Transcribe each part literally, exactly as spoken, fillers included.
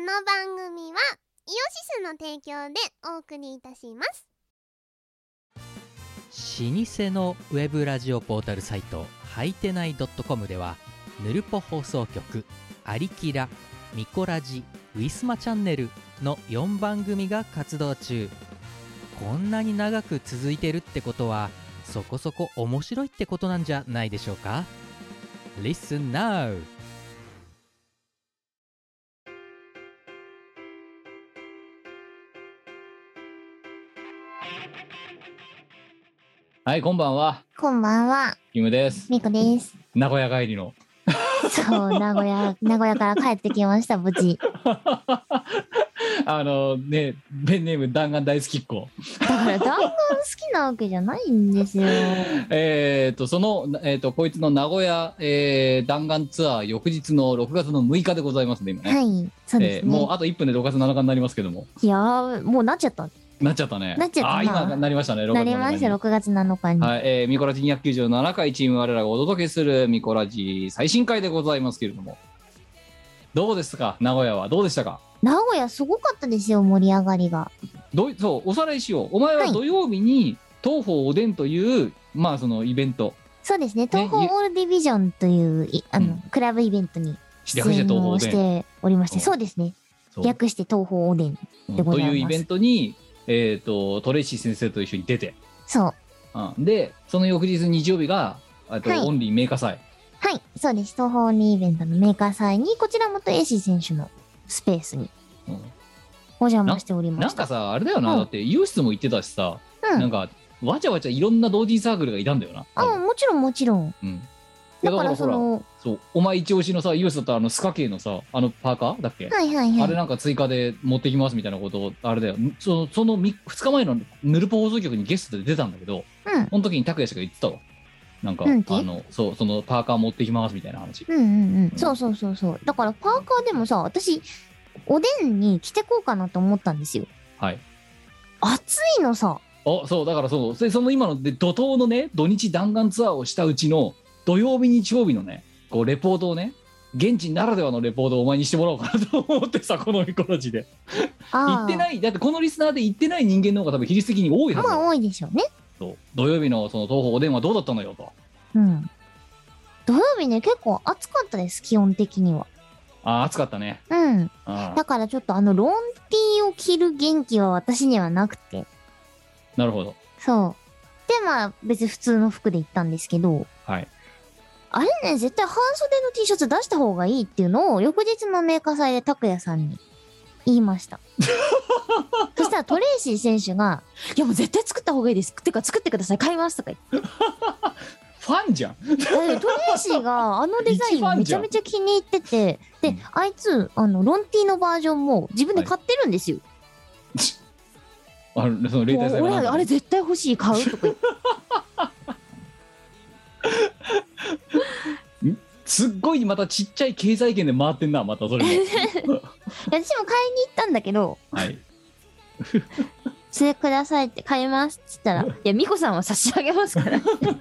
の番組はイオシスの提供でお送りいたします。 老舗のウェブラジオポータルサイトはいてない .com ではヌルポ放送局、アリキラ、ミコラジ、ウィスマチャンネルのよんばん組が活動中。こんなに長く続いてるってことはそこそこ面白いってことなんじゃないでしょうか。 Listen now。 はい、こんばんは。 こんばんは。 キムです。 ミコです。 名古屋帰りのそう名古屋名古屋から帰ってきました無事。 あのね、ペンネーム弾丸大好きっ子。 だから弾丸好きなわけじゃないんですよ。 えっとその、えー、とこいつの名古屋、えー、弾丸ツアー翌日のろくがつのむいかでございますね今ね。 はい、そうですね、 えー、もうあといっぷんでろくがつなのかになりますけども。 いやーもうなっちゃったなっちゃったね。 なっちゃったな。 あ今なりましたね。 なりましたろくがつなのかに。 はい、えー、ミコラジにひゃくきゅうじゅうななかいチーム我らがお届けするミコラジ最新回でございますけれども、どうですか名古屋は。どうでしたか。 名古屋すごかったですよ、盛り上がりが。 どそうおさらいしよう。お前は土曜日に東宝おでんという、はい、まあそのイベント、 そうですね、東宝オールディビジョンというあの、うん、クラブイベントに出演をしておりまして、そうですね、略して東宝おでんでございます、うん、というイベントに、えー、とトレイシー先生と一緒に出て、 そう、 うん、でその翌日日曜日があと、はい、オンリーメーカー祭。 はい、そうです。東宝オンリーイベントのメーカー祭にこちらもとエイシー選手のスペースにお邪魔しておりました。 な, なんかさあれだよな、うん、だってイオシスも行ってたしさ、 うん、 なんかわちゃわちゃいろんな同人サークルがいたんだよな。 あ、もちろんもちろん、うん、 だからそのそうお前一押しのさイオシスだったらあのスカ系のさあのパーカーだっけ、 はいはいはい、 あれなんか追加で持ってきますみたいなことをあれだよ、そのそのふつかまえのヌルポ放送局にゲストで出たんだけど、うん、その時に拓也氏が言ってたわ。なんか、うん、あのそうそのパーカー持ってきますみたいな話。 うんうんうん、うん、そうそうそうそう。だからパーカーでもさ、私おでんに着てこうかなと思ったんですよ。 はい。 暑いのさ。 あ、そうだからそうでその今ので怒涛のね土日弾丸ツアーをしたうちの土曜日日曜日のねこうレポートをね現地ならではのレポートをお前にしてもらおうかなと思ってさ、このミコロジで行ってない。だってこのリスナーで行ってない人間の方が多分比率的に多いはずだ。 まあ多いでしょうね。 そう土曜日のその東宝おでんはどうだったのよと。 うん。土曜日ね結構暑かったです基本的には。 あ、暑かったね。 うん。だからちょっとあのロンティーを着る元気は私にはなくて。 なるほど。 そう。でまあ別に普通の服で行ったんですけど。 はい。 あれね絶対半袖の T シャツ出した方がいいっていうのを翌日のメーカー祭で拓也さんに言いました。そしたらトレイシー選手が「いやもう絶対作った方がいいです」ってか作ってください買いますとか言って。 ファンじゃん。トレイシーがあのデザインをめちゃめちゃ気に入ってて、で、うん、あいつあのロンティーのバージョンも自分で買ってるんですよ。 はい、あその例俺あれ絶対欲しい買うとか言って。 すっごいまたちっちゃい経済圏で回ってんなまたそれも。 私も買いに行ったんだけど。 はい。 それくださいって買いますっつったら「いや美子さんは差し上げますから」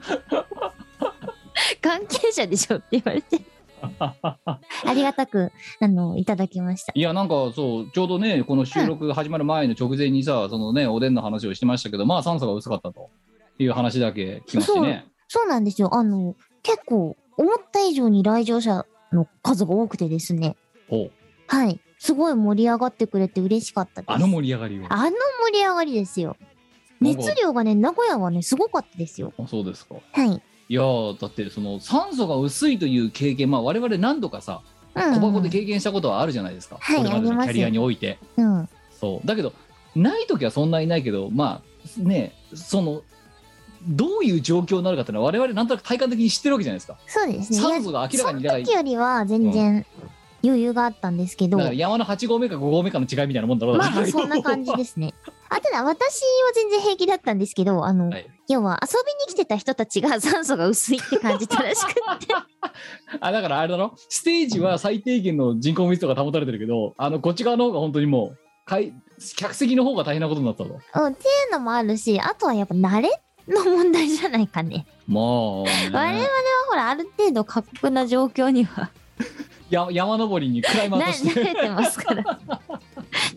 関係者でしょって言われてありがたくあのいただきました。 いやなんかそうちょうどねこの収録始まる前の直前にさ、うん、そのねおでんの話をしてましたけど、まあ酸素が薄かったという話だけ聞きましてね。 そう、そうなんですよ。あの結構思った以上に来場者の数が多くてですね。 おはい。すごい盛り上がってくれて嬉しかったです。 あの盛り上がりはあの盛り上がりですよ。熱量がね名古屋はねすごかったですよ。 あ、そうですか。 はい。 いやだってその酸素が薄いという経験、まあ我々何度かさ、うんうん、小箱で経験したことはあるじゃないですか。 はい、 これまでのキャリアにおいて。 うん。 そうだけどない時はそんなにないけど、まあねそのどういう状況になるかっていうのは我々なんとなく体感的に知ってるわけじゃないですか。 そうですね。 酸素が明らかにその時よりは全然、うん余裕があったんですけど、 だから山のはち合目かご合目かの違いみたいなもんだろう。 まあまあそんな感じですね。あただ私は全然平気だったんですけど、あの、はい、要は遊びに来てた人たちが酸素が薄いって感じたらしくってあだからあれだろ、ステージは最低限の人口密度が保たれてるけど、あのこっち側の方が本当にもうかい客席の方が大変なことになったと、 うん、っていうのもあるし、あとはやっぱ慣れの問題じゃないかね。 もう、ね、 我々はほらある程度過酷な状況にはや山登りにクライマーとして慣れてますから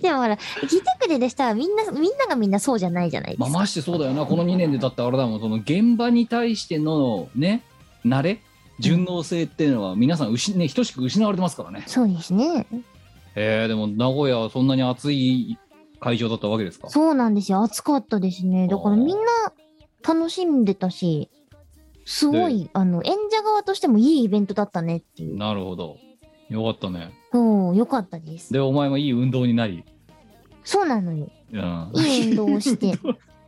でもほら、来てくれる人はみんな、みんながみんなそうじゃないじゃないですか。 まあ、ましてそうだよな。このにねんでだってあれだもん、その現場に対してのね、慣れ順応性っていうのは皆さん失、ね、等しく失われてますからね。 そうですね。 えー、でも名古屋はそんなに暑い会場だったわけですか？ そうなんですよ。暑かったですね。だからみんな楽しんでたし、すごい、あの、演者側としてもいいイベントだったねっていう。 なるほど。よかったね。 そう、よかったです。 で、お前もいい運動になり。 そうなのよ。 うん。 いい運動をして。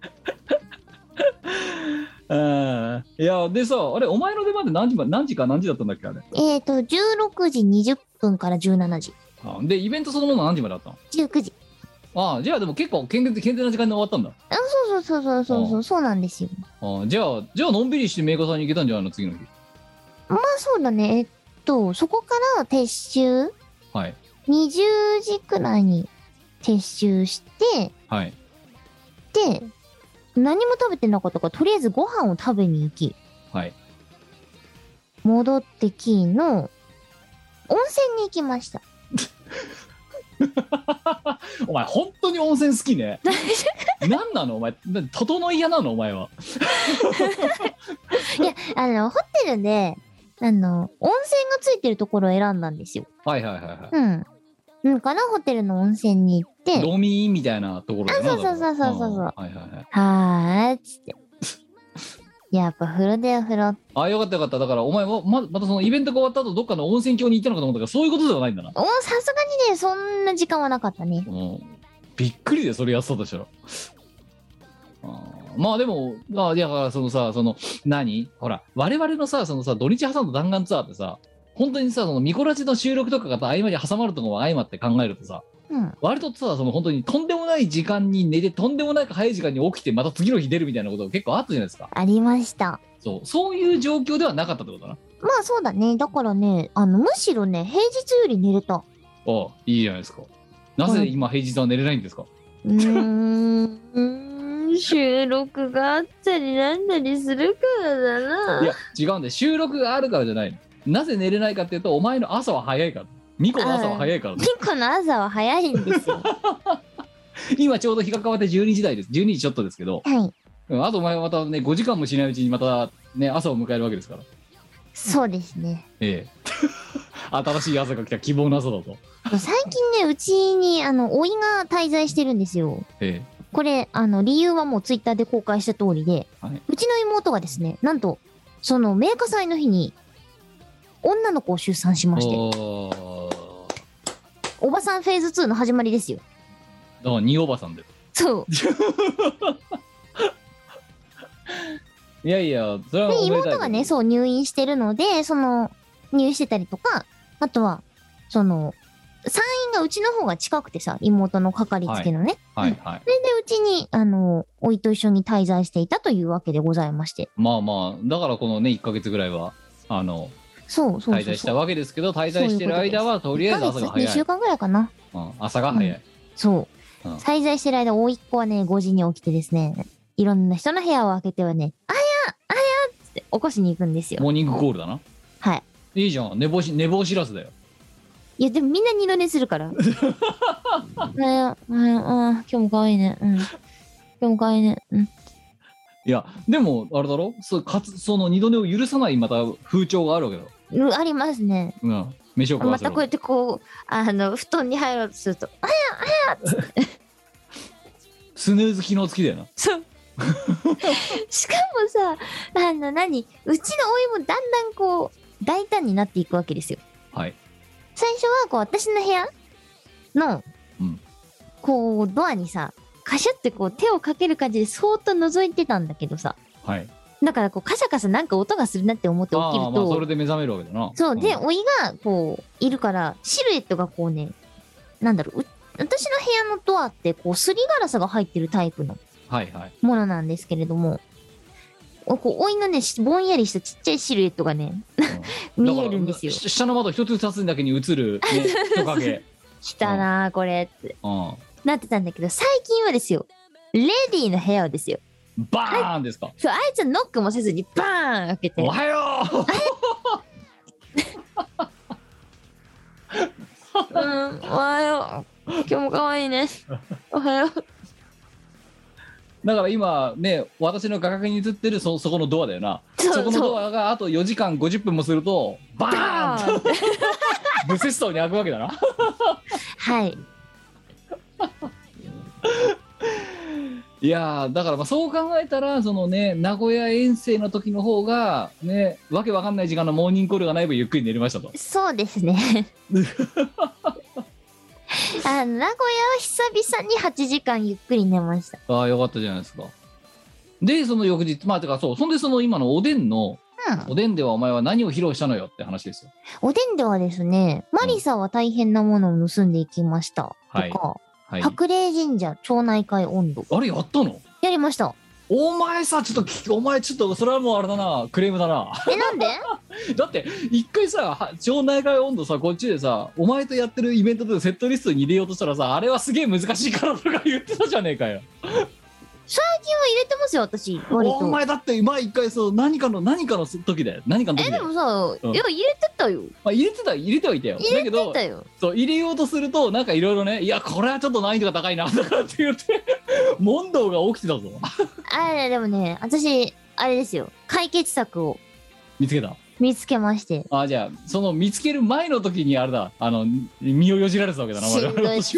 うんいや、でさ、あれ、お前の出番って何時ま何時か何時だったんだっけ、あれ。 えっと、じゅうろくじにじゅっぷんからじゅうしちじ。 あで、イベントそのものは何時まであったの？ じゅうくじ。 ああ、じゃあでも結構健全健全な時間で終わったんだ。 あ、そうそうそうそうそうそう、そうなんですよ。 ああじゃあ、じゃあのんびりしてメーカーさんに行けたんじゃないの、次の日。 まあそうだね。えっと、そこから撤収、 はい。 にじゅうじくらいに撤収して、 はい。 で、何も食べてなかったから、とりあえずご飯を食べに行き、 はい。 戻ってきの、温泉に行きました。 お前、本当に温泉好きね。何なのお前、な整い屋なのお前は。 いや、あの、ホテルで、あの、温泉がついてるところを選んだんですよ。 はいはいはいはい。 うん。うんかな、ホテルの温泉に行って、 ロミーみたいなところだな。 あそうそうそうそうそうそうだからんはいはいはい。 はーい、つって。やっぱ風呂だよ、風呂。 あ、よかったよかった。だから、お前も、ま、またそのイベントが終わった後、どっかの温泉郷に行ったのかと思ったから、そういうことではないんだな。 おさすがにね、そんな時間はなかったね。 うん。びっくりで、それやってたとしたら。あまあでも、あいやだからそのさ、その、何ほら、我々のさ、そのさ、土日挟んだ弾丸ツアーってさ、本当にさ、そのミコラジの収録とかが合間に挟まるとこも相まって考えるとさ、 うん。 割とさ、その本当にとんでもない時間に寝て、とんでもない早い時間に起きて、また次の日出るみたいなことが結構あったじゃないですか。 ありました。 そう、そういう状況ではなかったってことだな。 まあそうだね。だからね、あの、むしろね、平日より寝れた。 ああ、いいじゃないですか。なぜ今平日は寝れないんですか？ うーん、うーん収録があったりなんだりするからだな。 いや、違うんで、収録があるからじゃないの。なぜ寝れないかっていうと、お前の朝は早いから。ミコの朝は早いから。 ミコの朝は早いんですよ。 今ちょうど日が変わってじゅうにじ台です。じゅうにじちょっとですけど、 はい。 うんあとお前はまたね、ごじかんもしないうちにまたね、朝を迎えるわけですから。 そうですね。 ええ。新しい朝が来た希望の朝だと。 最近ね、うちに、あの、甥いが滞在してるんですよ。 えこれ、あの、理由はもうツイッターで公開した通りで、 え。はいうちの妹がですね、なんと、その、メーカー祭の日に、女の子を出産しまして、 おーおばさんフェーズツーの始まりですよ。 だからにおばさんで。 そう。 いやいや、それはで、 おめでたい妹がね、そう、入院してるので、その、入院してたりとか、あとは、その、産院がうちの方が近くてさ、妹のかかりつけのね。 はいはい。 それでうちに、あの、おいと一緒に滞在していたというわけでございまして。 まあまあ、だからこのね、いっかげつぐらいは、あの、 そうそうそうそう。 滞在したわけですけど、滞在してる間は、とりあえず朝が早い。 にしゅうかんぐらいかな。 うん、朝が早い。 そう。 うん滞在してる間、甥っ子はね、ごじに起きてですね、いろんな人の部屋を開けてはね、あやあやっつって起こしに行くんですよ。 モーニングコールだな。 はい。 いいじゃん。寝坊し、寝坊知らずだよ。 いや、でもみんな二度寝するから。あや、あや、あ今日も可愛いね。うん。今日も可愛いね。うん。 いや、でも、あれだろそう、かつ、その二度寝を許さないまた風潮があるわけだろ。 うんありますね。 うん。飯を食わせろ。 またこうやってこう、あの、布団に入ろうとすると、あやあやっつって。 スヌーズ機能付きだよな。 そう。しかもさ、あの何、うちのおいもだんだんこう、大胆になっていくわけですよ。 はい。 最初はこう、私の部屋の、 うんこう、ドアにさ、カシュってこう、手をかける感じでそーっと覗いてたんだけどさ、 はい。 だからこう、カシャカシャなんか音がするなって思って起きるああ、まあ、そと、 れで目覚めるわけだな。 そう、で、 んおいがこう、いるから、シルエットがこうね、なんだろう、う私の部屋のドアってこう、すりガラスが入ってるタイプのはいはい。 ものなんですけれども、おこうおいのね、しぼんやりしたちっちゃいシルエットがね、 うん見えるんですよだからし下の窓一つ二つだけに映る、ね、人影。 来たなーこれってうん。 なってたんだけど、最近はですよ、レディーの部屋をですよ、 バーンですか。 そう、あいつノックもせずにバーン開けて、 おはよううんおはよう今日も可愛いねおはよう。 だから今ね、私の画角に映ってる そ, そこのドアだよな。 そうそこのドアがあとよじかんごじゅっぷんもするとバーンと無節操に開くわけだな。 はい。 いやーだからまあそう考えたらそのね名古屋遠征の時の方がねわけわかんない時間のモーニングコールがない分ゆっくり寝れましたと。 そうですね。あ名古屋は久々にはちじかんゆっくり寝ました。 ああよかったじゃないですか。でその翌日まあてかそうそんでその今のおでんの、うん、おでんではお前は何を披露したのよって話ですよ。 おでんではですねマリサは大変なものを盗んでいきました、うん、とか、はい、白麗神社町内会温度あれやったの？ やりました。 お前さちょっとお前ちょっとそれはもうあれだなクレームだな。 えなんで？ だって一回さ町内会温度さこっちでさお前とやってるイベントでセットリストに入れようとしたらさあれはすげえ難しいからとか言ってたじゃねえかよ。 最近は入れてますよ私割と。 お前だって前一回そう何かの何かの時だよ何かの時だよ。 えでもさ、うん、いや入れてたよ。 まあ入れてた入れてはいたよ。 入れてたよ。だけどそう入れようとするとなんかいろいろねいやこれはちょっと難易度が高いなとかって言って問答が起きてたぞ。 あれでもね私あれですよ解決策を見つけた。 見つけまして。 あじゃあその見つける前の時にあれだあの身をよじられてたわけだな。 しんどいっす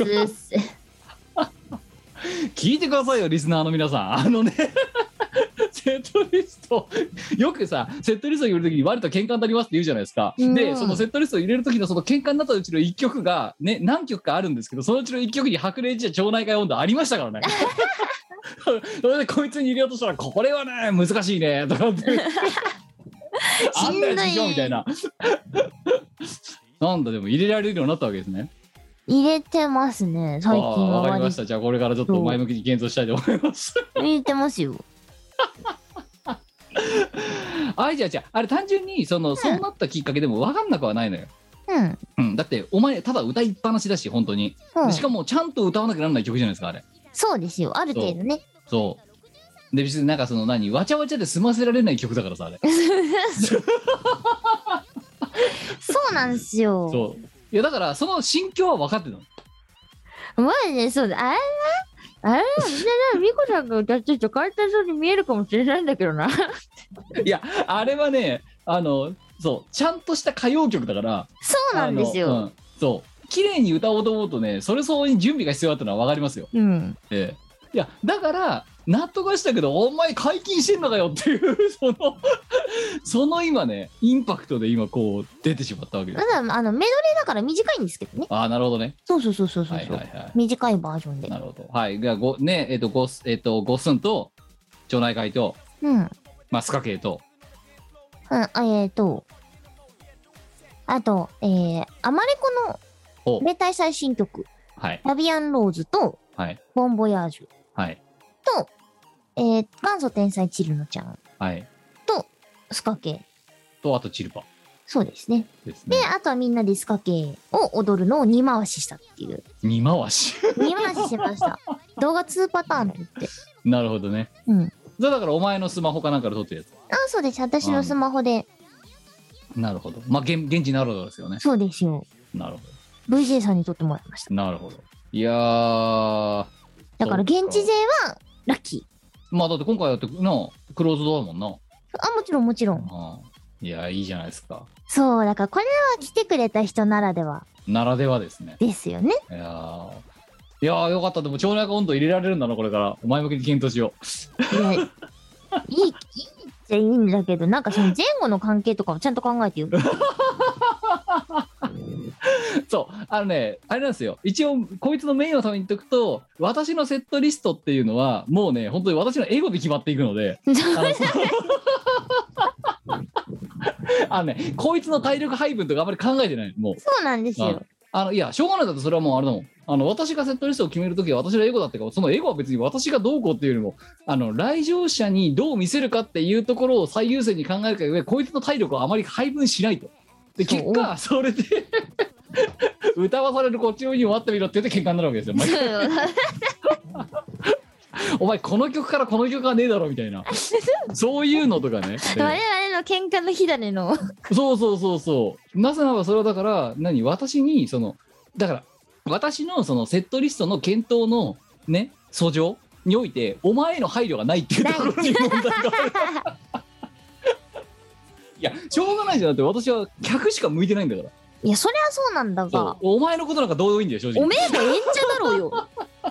聞いてくださいよリスナーの皆さんあのねセットリストよくさセットリストを入れるときに割と喧嘩になりますって言うじゃないですか、うん、でそのセットリストを入れるときのその喧嘩になったうちのいっきょくがね何曲かあるんですけどそのうちのいっきょくに白麗神社町内会温度ありましたからね。それでこいつに入れようとしたらこれはね難しいねとかってあんたや事情みたいななんだでも入れられるようになったわけですね。 入れてますね最近は。 わかりました。じゃあこれからちょっと前向きに検討したいと思います。 入れてますよ。 あいじゃあじゃああれ単純にその、うん、そうなったきっかけでも分かんなくはないのよ。 うん、うん、 だってお前ただ歌いっぱなしだし本当に、うん、しかもちゃんと歌わなきゃならない曲じゃないですかあれ。そうですよある程度ね。そうで別になんかその何わちゃわちゃで済ませられない曲だからさあれ。 そうなんですよ。 そういやだからその心境は分かってたの。 まあねそうだあれなあれみんなミコさんが歌ってると簡単そうに見えるかもしれないんだけどな。 いやあれはねあのそうちゃんとした歌謡曲だから。 そうなんですよ、うん、 そう綺麗に歌おうと思うとねそれ相応に準備が必要だったのは分かりますよ、 うんええ、いやだから納得はしたけどお前解禁してんのかよっていうそのその今ねインパクトで今こう出てしまったわけです。 ただあのメドレーだから短いんですけどね。 ああなるほどね。 そうそうそうそうそう、はいはいはい、短いバージョンで。 なるほどはいじゃあごねえっ、ー、とごえっ、ー、とごすんと町内会とうんまあスカ系とうんえっ、ー、とあとえー、アマレコの名体最新曲はいラビアンローズと、 はい、 ボンボヤージュはいと、えー、元祖天才チルノちゃん、 はい、 とスカ系とあとチルパ。 そうですね。 ですね。 であとはみんなでスカ系を踊るのをに回ししたっていう。 に回しに回ししました。動画にパターンって言って。 なるほどね。 うん。 だからお前のスマホかなんかで撮ってるやつ。 あそうです私のスマホで。 なるほど。まあ現現地なるほどですよね。 そうですよ。 なるほど。 ブイジェー さんに撮ってもらいました。 なるほど。いやーだから現地勢はラッキー。 まあだって今回やってなクローズドアもんな。 あもちろんもちろん。 あいやいいじゃないですか。 そうだからこれは来てくれた人ならでは。 ならではですね。 ですよね。 いやいやよかったでも町内会温度入れられるんだなこれからお前向けに検討しよう。いやいいいいっちゃいいんだけどなんかその前後の関係とかもちゃんと考えてよ。 そうあのねあれなんですよ一応こいつのメインのために言っとくと私のセットリストっていうのはもうね本当に私のエゴで決まっていくのであのねこいつの体力配分とかあんまり考えてないもう。 そうなんですよ。 あのいやしょうがないだとそれはもうあれだもんあの私がセットリストを決めるときは私のエゴだってかそのエゴは別に私がどうこうっていうよりもあの来場者にどう見せるかっていうところを最優先に考えるか上こいつの体力をあまり配分しないとで結果それで歌わされるこっちの上に終わってみろって言って喧嘩になるわけですよ。お前この曲からこの曲はねえだろみたいなそういうのとかね我々の喧嘩の火種のそうそうそうそうなぜならばそれはだから何私にそのだから私のそのセットリストの検討のね訴状においてお前への配慮がないっていうところに問題があるいやしょうがないじゃん。だって私は客しか向いてないんだから。 いやそりゃそうなんだが、 お前のことなんかどうでもいいんだよ正直。 おめえも演者だろうよ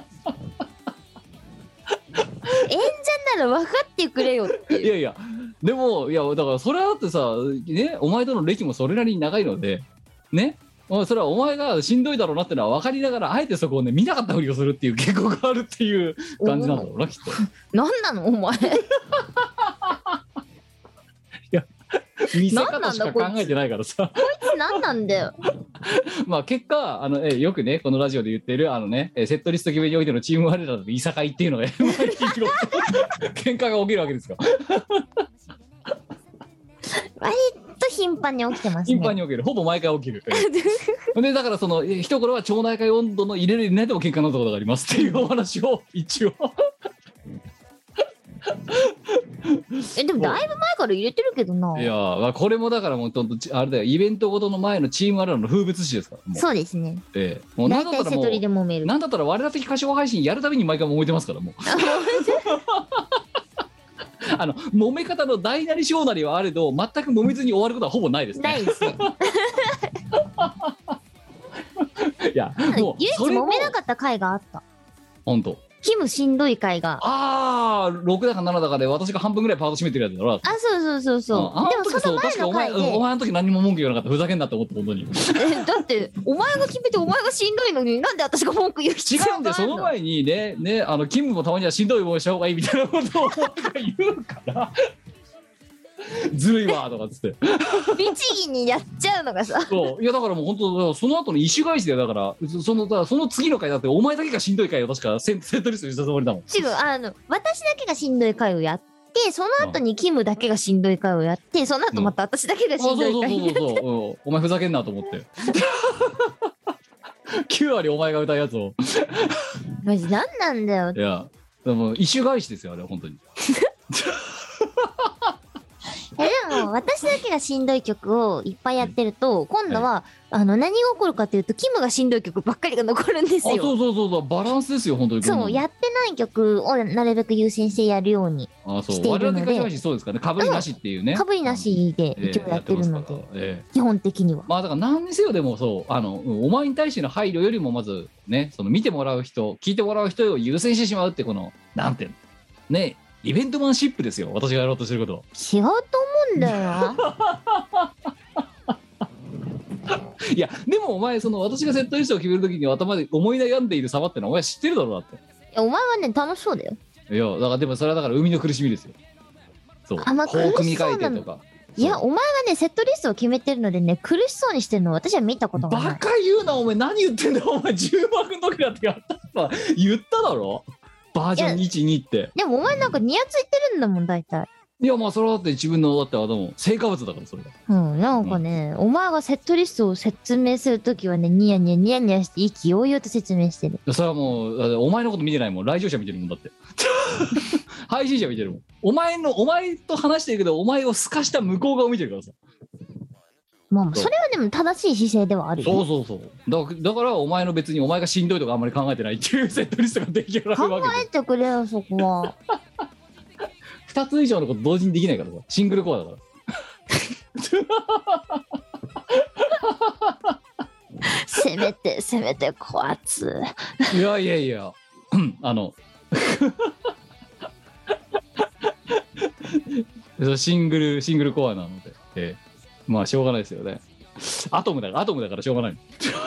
演者なら分かってくれよっていう。 いやいやでもいやだからそれはだってさねお前との歴もそれなりに長いのでね、それはお前がしんどいだろうなってのは分かりながらあえてそこをね見なかったふりをするっていう傾向があるっていう感じなんだろうなきっと。 なんなのお前見せ方しか考えてないからさ。 こいつなんなんだよまあ結果あのえよくねこのラジオで言ってるあのねセットリスト決めにおいてのチーム我らのいさかいっていうのが喧嘩が起きるわけですよ。 割と頻繁に起きてますね。 頻繁に起きる。ほぼ毎回起きる。でだからその一頃は町内会温度の入れる入れないでも喧嘩になったことがありますっていうお話を一応えでもだいぶ前から入れてるけどな。 いやこれもだからもうとんとあれだよイベントごとの前のチームあるの風物詩ですからもう。 そうですね。 ええ、もうなんだったらもう大体瀬戸りで揉める。 なんだったら我ら的歌唱配信やるたびに毎回揉めてますからもうあの揉め方の大なり小なりはあれど全く揉めずに終わることはほぼないですね。 ないですねいやもう唯一それも揉めなかった回があった。 本当。 キムしんどい回が。 ああろくだかななだかで私が半分ぐらいパート占めてるやつだろ。 あそうそうそうそう。 あでもその前のお前回でお前の時何も文句言わなかった。ふざけんなって思って本当に。 えだってお前が決めてお前がしんどいのになんで私が文句言う必違要があるの。 うんでその前にねねあのキムもたまにはしんどい思いした方がいいみたいなことを言うからずるいわとかっつって律儀にやっちゃうのがさ。 そういやだからもう本当だからその後の意趣返しだよ。だからそのだからその次の回だってお前だけがしんどい回を確かセンセットリストにしたつもりだもん。 違うあの私だけがしんどい回をやってその後にキムだけがしんどい回をやってその後また私だけがあしそうんそうどい回をやってそうそう、うん、お前ふざけんなと思ってきゅう割お前が歌うやつをマジなんなんだよ。 いやでも意趣返しですよあれ本当にえでも私だけがしんどい曲をいっぱいやってると今度は、あの何が起こるかというとキムがしんどい曲ばっかりが残るんですよ。 あそうそうそうそうバランスですよ本当に。 そうやってない曲をなるべく優先してやるようにあそうしているので我々的歌唱配信そうですからねかぶりなしっていうねかぶりなしで一応やってるので、 ええやってますからええ基本的には。 まあだから何にせよでもそうあのうんお前に対しての配慮よりもまずねその見てもらう人聞いてもらう人を優先してしまうってこのなんていうのねイベントマンシップですよ私がやろうとしてることは。 違うと思うんだよないやでもお前その私がセットリストを決めるときに頭で思い悩んでいる様ってのはお前知ってるだろうだって。 いやお前はね楽しそうだよ。 いやだからでもそれはだから生みの苦しみですよ。そうあまあこう組み替えて苦しそうなのとか。 いやお前がねセットリストを決めてるのでね苦しそうにしてるのを私は見たことがない。 バカ言うなお前何言ってんだよお前じゅうまくの時だってやったさ言っただろバージョンいちにってでもお前なんかニヤついてるんだもん大体。 いやまあそれはだって自分のだってあの成果物だからそれが。 うんなんかね、お前がセットリストを説明するときはねニヤニヤニヤニヤして意気揚々と説明してる。 それはもうだってお前のこと見てないもん来場者見てるもんだって配信者見てるもん。お前のお前と話してるけどお前を透かした向こう側を見てるからさ。 まあまあそれはでも正しい姿勢ではあるよ、ね、 そうそうそうだだからお前の別にお前がしんどいとかあんまり考えてないっていうセットリストが出来上がるわけ考えてくれよそこはふたつ以上のこと同時にできないからさシングルコアだからせめてせめてこやついやいやいやあのシングルシングルコアなので、えーまあしょうがないですよね。アトムだからアトムだからしょうがない。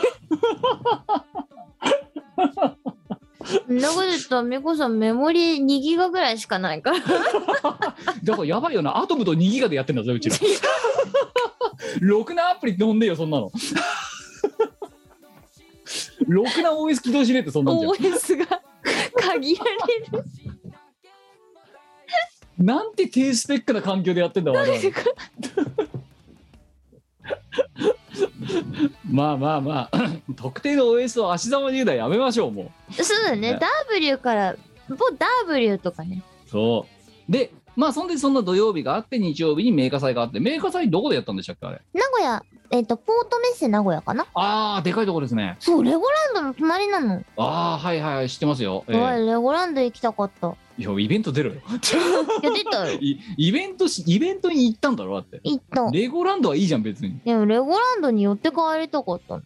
そんなこと言ったらみこさんメモリにギガぐらいしかないからだからやばいよなアトムとにギガでやってんだぞうちら。ろくなアプリ飲んでよそんなの。ろくな オーエス 起動しねえってそんなんじゃん。 オーエス が限られるなんて低スペックな環境でやってんだ我々。まあまあまあ特定の オーエス を足ざまに言うのはやめましょうもう。 そうだね、 ね W からもう W とかね。 そうでまあそんでそんな土曜日があって日曜日にメーカー祭があってメーカー祭どこでやったんでしたっけあれ。 名古屋えっと、ポートメッセ名古屋かな。 ああ、でかいとこですね。 そう、レゴランドの隣なの。 ああ、はいはい、知ってますよ。えおい、 ーレゴランド行きたかった。 いや、イベント出ろよ。 いや、出たよ。 いイベントし、イベントに行ったんだろ、だって。 行った。 レゴランドはいいじゃん、別に。 でも、レゴランドに寄って帰りたかったの。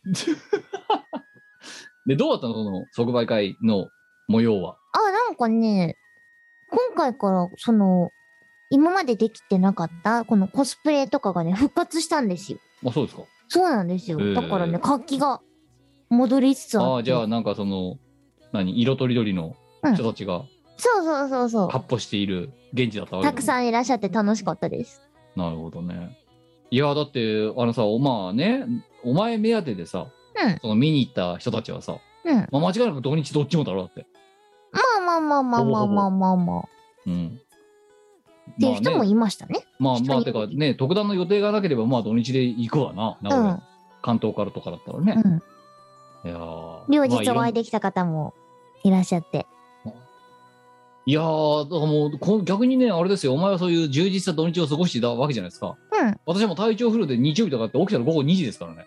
で、どうだったのその、即売会の模様は。 あ、なんかね、今回から、その、今までできてなかった、このコスプレとかがね、復活したんですよ。 あ、そうですか。 そうなんですよ。 へーだからね、活気が戻りつつあって。 ああ、じゃあ、なんかその、何、色とりどりの人たちがそうそうそうそう。 発歩している現地だったわけたくさんいらっしゃって楽しかったです。 なるほどね。いや、だって、あのさ、まあね、お前目当てでさ、 うんその見に行った人たちはさ、 うん。 まあ、間違いなく土日どっちもだろ、だって。 まあまあまあまあまあまあまあまあ。っうん。 ていう人もいましたね。 まあね、まあ、まあ、 人にてかね、特段の予定がなければ、まあ土日で行くわな、名古屋、関東からとかだったらね。 うん。 いやー両日おまあ会いできた方もいらっしゃって。 いやー、だからもうこ逆にね、あれですよ、お前はそういう充実した土日を過ごしていたわけじゃないですか。 うん。 私はもう体調不良で日曜日とかって起きたら午後にじですからね。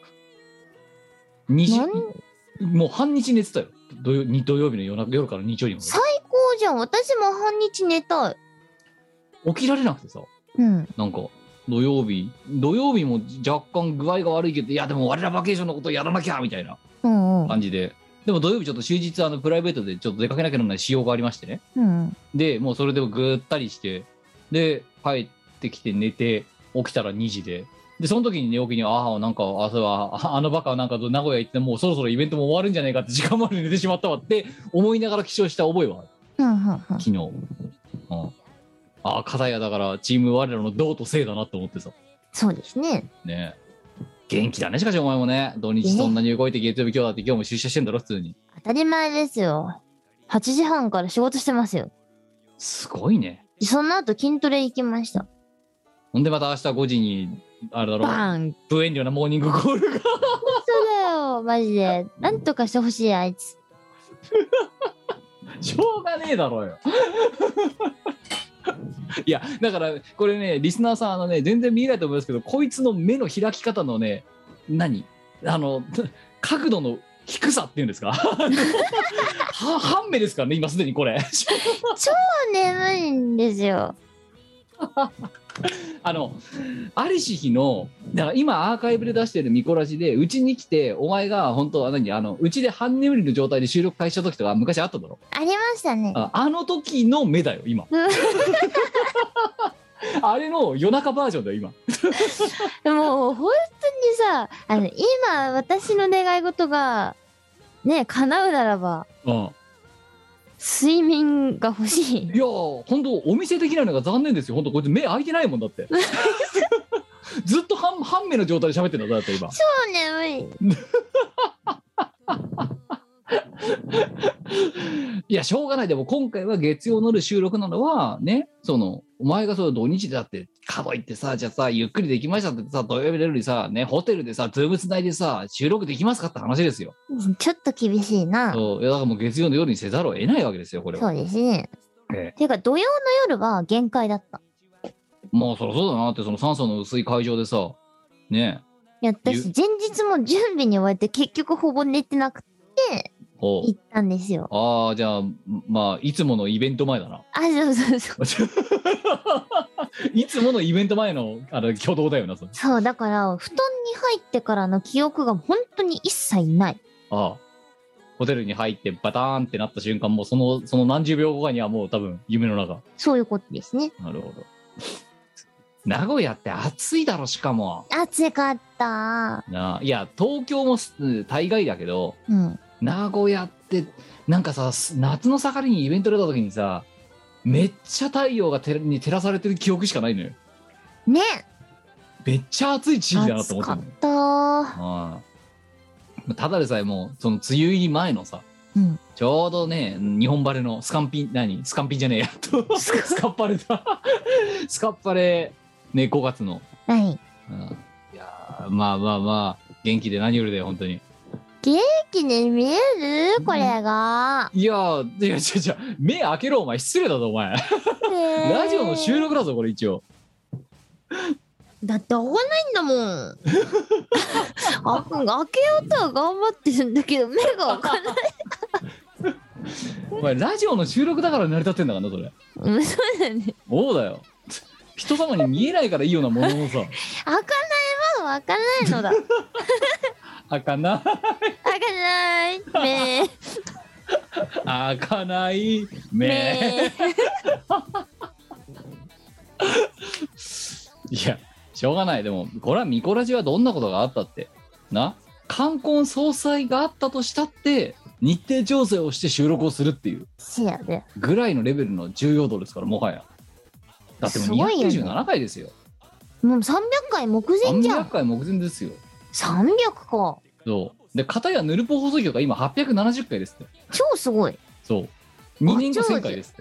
にじ何もう半日寝てたよ。土曜に土曜日の夜な夜から日曜日ま最高じゃん。私も半日寝たい。 で起きられなくてさ、 うん。 なんか土曜日土曜日も若干具合が悪いけど、いやでも我らバケーションのことやらなきゃみたいなうんうん。 感じで、でも土曜日ちょっと終日あのプライベートでちょっと出かけなきゃならない仕様がありましてね。 うん。 でもうそれでぐったりして、で帰ってきて寝て起きたらにじで、でその時に寝起きにああなんかあそうはあのバカはなんか名古屋行ってもうそろそろイベントも終わるんじゃないかって時間まで寝てしまったわって思いながら起床した覚えはある。 うんうんうん。 昨日、うん、ああ片やだからチーム我らの道と性だなと思ってさそうですね。 ね。元気だね。しかしお前もね、土日そんなに動いて月曜日今日だって今日も出社してんだろ普通に。 当たり前ですよ。はちじはんから仕事してますよ。 すごいね。 その後筋トレ行きました。 ほんでまた明日ごじにあれだろバーン。 不遠慮なモーニングコールがそうだよ、マジで。なんとかしてほしい、あいつ。 しょうがねえだろうよ。いやだからこれねリスナーさんあのね全然見えないと思いますけど、こいつの目の開き方のね何あの角度の低さっていうんですかは半目ですからね今すでにこれ超眠いんですよ。 あのありし日のだから今アーカイブで出してるミコラジでうちに来てお前が本当は何あのうちで半眠りの状態で収録開始した時とか昔あっただろ。 ありましたね。 あ, あの時の目だよ今あれの夜中バージョンだよ今もう本当にさ、あの今私の願い事がね叶うならば、 うん、 睡眠が欲しい。 いやー本当お店できないのが残念ですよ。本当こいつ目開いてないもんだってずっと半半目の状態で喋ってるんだだって今超眠い。 いやしょうがない。でも今回は月曜の夜収録なのはね、そのお前がその土日でだってかといってさ、じゃあさゆっくりできましたってさ土曜日の夜にさねホテルでさズームつないでさ収録できますかって話ですよ。 ちょっと厳しいな。 そういやだからもう月曜の夜にせざるを得ないわけですよこれは。 そうですね。 ええ、 ていうか土曜の夜は限界だった。 まあそりゃそうだなって、その酸素の薄い会場でさねいや私前日も準備に追われて結局ほぼ寝てなくてほう行ったんですよ。 ああじゃあまあいつものイベント前だな。 あ、そうそうそう。 いつものイベント前のあの挙動だよなそれ。 そうだから布団に入ってからの記憶が本当に一切ない。 ああホテルに入ってバターンってなった瞬間もうそのその何十秒後かにはもう多分夢の中。 そういうことですね。 なるほど。名古屋って暑いだろしかも。 暑かったなあいや東京も大概だけど、 うん、 名古屋ってなんかさ夏の盛りにイベント出た時にさめっちゃ太陽がてに照らされてる記憶しかないのよ。 ね。 めっちゃ暑い地域だなと思ってるの。 暑かったああただでさえもうその梅雨入り前のさ、 うん、 ちょうどね日本晴れのスカンピン何スカンピンじゃねえやとスカッパレだスカッパレねごがつの、 はい、 うん、いやまあまあまあ元気で何よりだよ本当に。 元気に見えるこれが。 いやいや違う違う目開けろお前失礼だぞお前ラジオの収録だぞこれ一応だって開かないんだもん。あ、開けようとは頑張ってるんだけど目が開かない。 お前ラジオの収録だから成り立ってんだからなそれ。 うん、そうだね。 そうだよ。人様に見えないからいいようなもののさ。 開かないは開かないのだ。 開かない。 開かない目。 開かない目。 目。 いやしょうがない。でもこれはミコラジはどんなことがあったってな、冠婚葬祭があったとしたって日程調整をして収録をするっていうせやで。 ぐらいのレベルの重要度ですから、もはや。だってもうすごいよねにひゃくきゅうじゅうななかいですよ。 もうさんびゃっかい目前じゃ 300 ん。 回目前ですよ。 さんびゃくか。 そうで片やヌルポ放送局が今はっぴゃくななじゅっかいですって。 超すごい。 そうにねんごせんかいですって。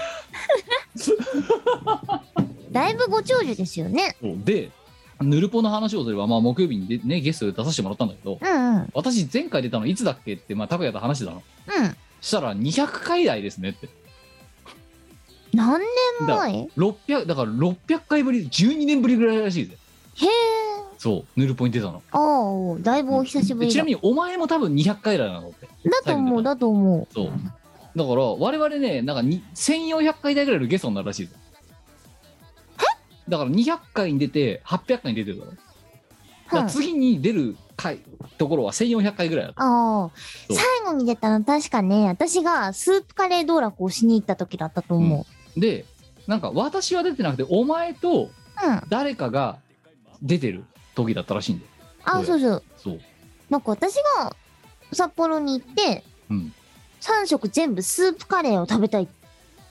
だいぶご長寿ですよね。 そうでヌルポの話をすれば、まあ、木曜日にで、ね、ゲストで出させてもらったんだけど、 うんうん。 私前回出たのいつだっけって、まあ、拓也と話してたの。 うん。 したらにひゃっかい台ですねって。 何年前？ ろっぴゃくだからろっぴゃっかいぶり、じゅうにねんぶりぐらいらしいぜ。 へえ。 そうヌルポに出たの。 ああ、だいぶお久しぶりだ。 ちなみにお前も多分にひゃっかい台なのって。 だと思う、だと思う。 そうだから我々ね、なんかにせんよんひゃっかい台ぐらいのゲストになるらしいぜ。だからにひゃっかいに出てはっぴゃっかいに出てるだろ。だから次に出る回ところはせんよんひゃっかいぐらいだった。 ああ、 そう最後に出たの確かね、私がスープカレー道楽をしに行った時だったと思でなんか私は出てなくてお前とう。うん。 誰かが出てる時だったらしいんだよ。 あ、そうそう。 そうなんか私が札幌に行って、 うんさん食全部スープカレーを食べたいって。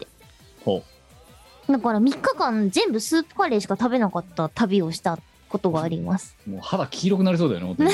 ほだからみっかかん全部スープカレーしか食べなかった旅をしたことがあります。 うもう肌黄色くなりそうだよね本当に。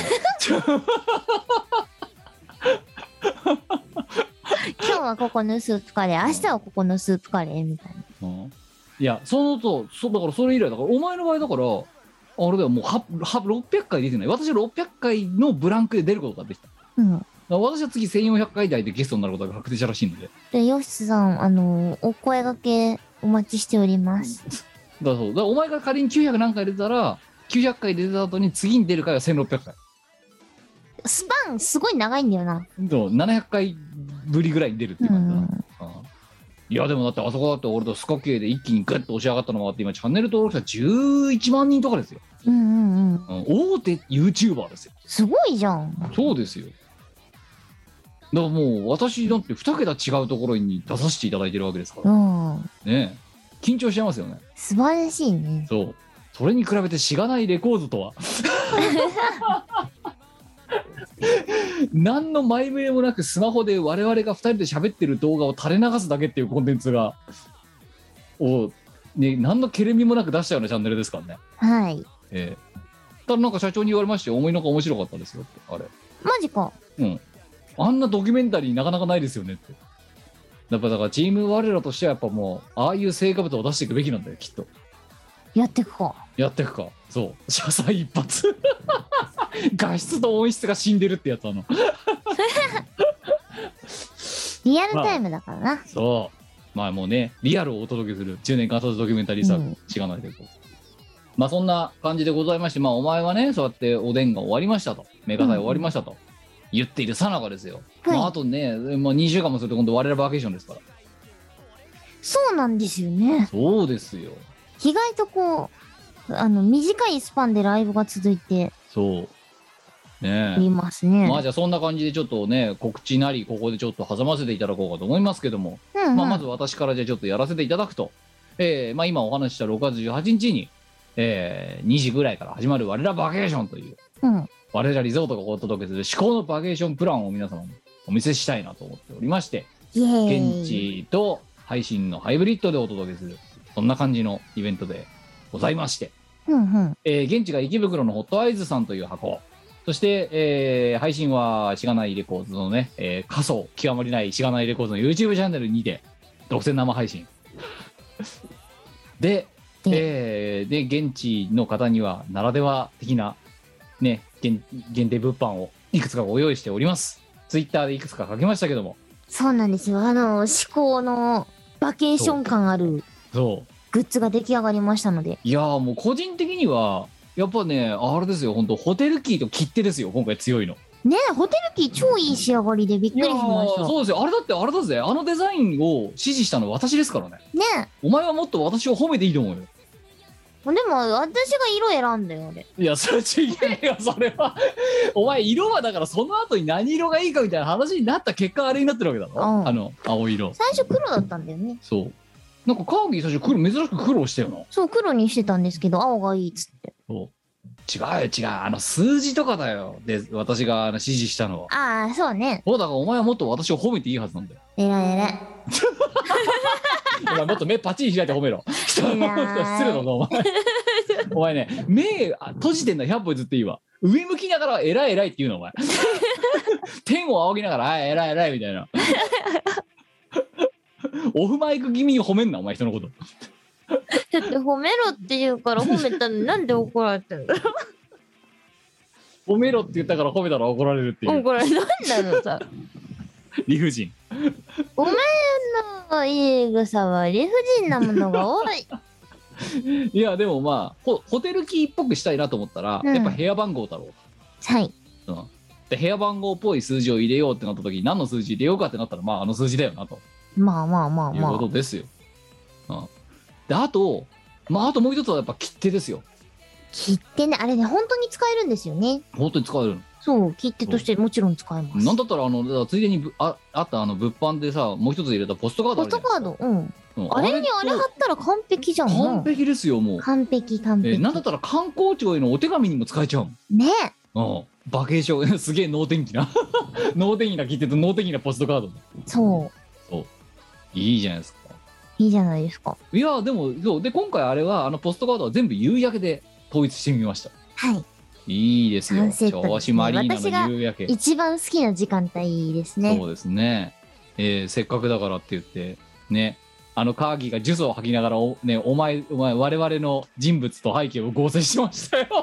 今日はここのスープカレー、明日はここのスープカレーみたいな。 うんいやそのとそだからそれ以来だからお前の場合だからあれだよもうははろっぴゃっかい出てない。私はろっぴゃっかいのブランクで出ることができた。だかうん。 ら私は次せんよんひゃっかい台でゲストになることが確定したらしいので。 で、ヨシスさん、あのーお声掛けお待ちしております。 だからそうだからお前が仮にきゅうひゃく何回出たらきゅうひゃっかい出た後に次に出る回はせんろっぴゃっかい。 スパンすごい長いんだよな。 そうななひゃっかいぶりぐらいに出るっていうう感じだな。 ん。 うんいやでもだってあそこだって俺とスカ系で一気にグッと押し上がったのもあって今チャンネル登録者じゅういちまんにんとかですよ。 うんうんうん。 うん大手 YouTuber ですよ。 すごいじゃん。 そうですよ。だからもう私だってに桁違うところに出させていただいてるわけですからうん。 ねえ緊張しちゃいますよね。 素晴らしいね。 そうそれに比べてしがないレコーズとは何の前触れもなくスマホで我々がふたりで喋ってる動画を垂れ流すだけっていうコンテンツがを、ね、何のけれみもなく出したようなチャンネルですからね。 はい。 ええただなんか社長に言われまして思いのほか面白かったですよってあれ。 マジか。 うんあんなドキュメンタリーなかなかないですよねって。やっぱだからチーム我らとしてはやっぱもうああいう成果物を出していくべきなんだよきっと。 やってくか。 やっていくか。そう車載一発画質と音質が死んでるってやつあのリアルタイムだからな。 そうまあもうねリアルをお届けするじゅうねんかん経つドキュメンタリー作うんしがないけど、まあそんな感じでございまして、まあお前はねそうやっておでんが終わりましたとメカ祭終わりましたと、言っているさなかですよ、 はいまあ、あとね、まあ、にしゅうかんもすると今度我々バーケーションですから。 そうなんですよね。 そうですよ。 意外とこう、あの、短いスパンでライブが続いてそうねいますね。 まあじゃあそんな感じでちょっとね告知なりここでちょっと挟ませていただこうかと思いますけども、 うんうん、 まあ、まず私からじゃあちょっとやらせていただくと、えーまあ、今お話ししたろくがつじゅうはちにちに、えーにじぐらいから始まる我らバーケーションといううん。 我らリゾートがお届けする至高のバーケーションプランを皆様にお見せしたいなと思っておりまして、 イエーイ。 現地と配信のハイブリッドでお届けするそんな感じのイベントでございまして、 うんうん。 えー現地が池袋のホットアイズさんという箱、そして、えー配信はしがないレコーズのね、えー仮想極まりないしがないレコーズの YouTube チャンネルにて独占生配信で、えーで現地の方にはならでは的なね限限定物販をいくつかご用意しております。ツイッターでいくつか書きましたけども、 そうなんですよ。あの、至高のバケーション感ある。 そうグッズが出来上がりましたので。 いやーもう個人的にはやっぱねあれですよ本当ホテルキーと切手ですよ今回強いの。 ねえ、ホテルキー超いい仕上がりでびっくりしましいやた。 そうですよあれだってあれだぜあのデザインを指示したの私ですからね。 ねお前はもっと私を褒めていいと思うよ。 え、でも私が色選んだよあれ。 いやそれ違えよそれはお前色はだからその後に何色がいいかみたいな話になった結果あれになってるわけだろ、 うんあの青色。 最初黒だったんだよね。 そうなんかカーギー最初黒珍しく黒をしたよな。 そう黒にしてたんですけど青がいいっつって。 そう違うよ違うあの数字とかだよで私があの指示したのは。 ああそうね。 そうだからお前はもっと私を褒めていいはずなんだよ。 えらいえらい。 お前もっと目パチリ開いて褒めろ。失いやー礼だぞお前。お前ね目閉じてんのひゃっぽ譲っていいわ。上向きながら偉い偉いって言うのお前。天を仰ぎながらあ偉い偉いみたいな。オフマイク気味に褒めんなお前人のこと。 だって褒めろって言うから褒めたのになんで怒られてんだろ褒めろって言ったから褒めたら怒られるっていう怒られなんだろうさ。 理不尽。 お前の言い草は理不尽なものが多い。 いやでもまあホホテルキーっぽくしたいなと思ったら、 うんやっぱ部屋番号だろう。 はい。 うん、で部屋番号っぽい数字を入れようってなった時に何の数字入れようかってなったらまああの数字だよなとまあまあまあいうまあ。 ことですよ。うん、であとまああともう一つはやっぱ切手ですよ。 切手ね、あれね、本当に使えるんですよね。 本当に使えるの。 そう、切手としてもちろん使えます。 なんだったらあのだからついでにぶああったあの物販でさもう一つ入れたポストカードあポスるじゃないトカード、うん。 ですか。うんあれにあれ貼ったら完璧じゃん。もう完璧ですよもう。 完璧完え璧。 なんだったら観光庁へのお手紙にも使えちゃうもん。 ねうん、バケーションすげえ能天気な能天気な切手と能天気なポストカード。 そういいじゃないですか。 いいじゃないですか。 いやでもそうで今回あれはあのポストカードは全部夕焼けで統一してみました。 はい。 いいですよ。 サンセットですね銚子マリーナの夕焼け。 一番好きな時間帯ですね。 そうですね、えーせっかくだからって言ってねあのカーギーが呪詛を吐きながらお,、ね、お前お前我々の人物と背景を合成しましたよ。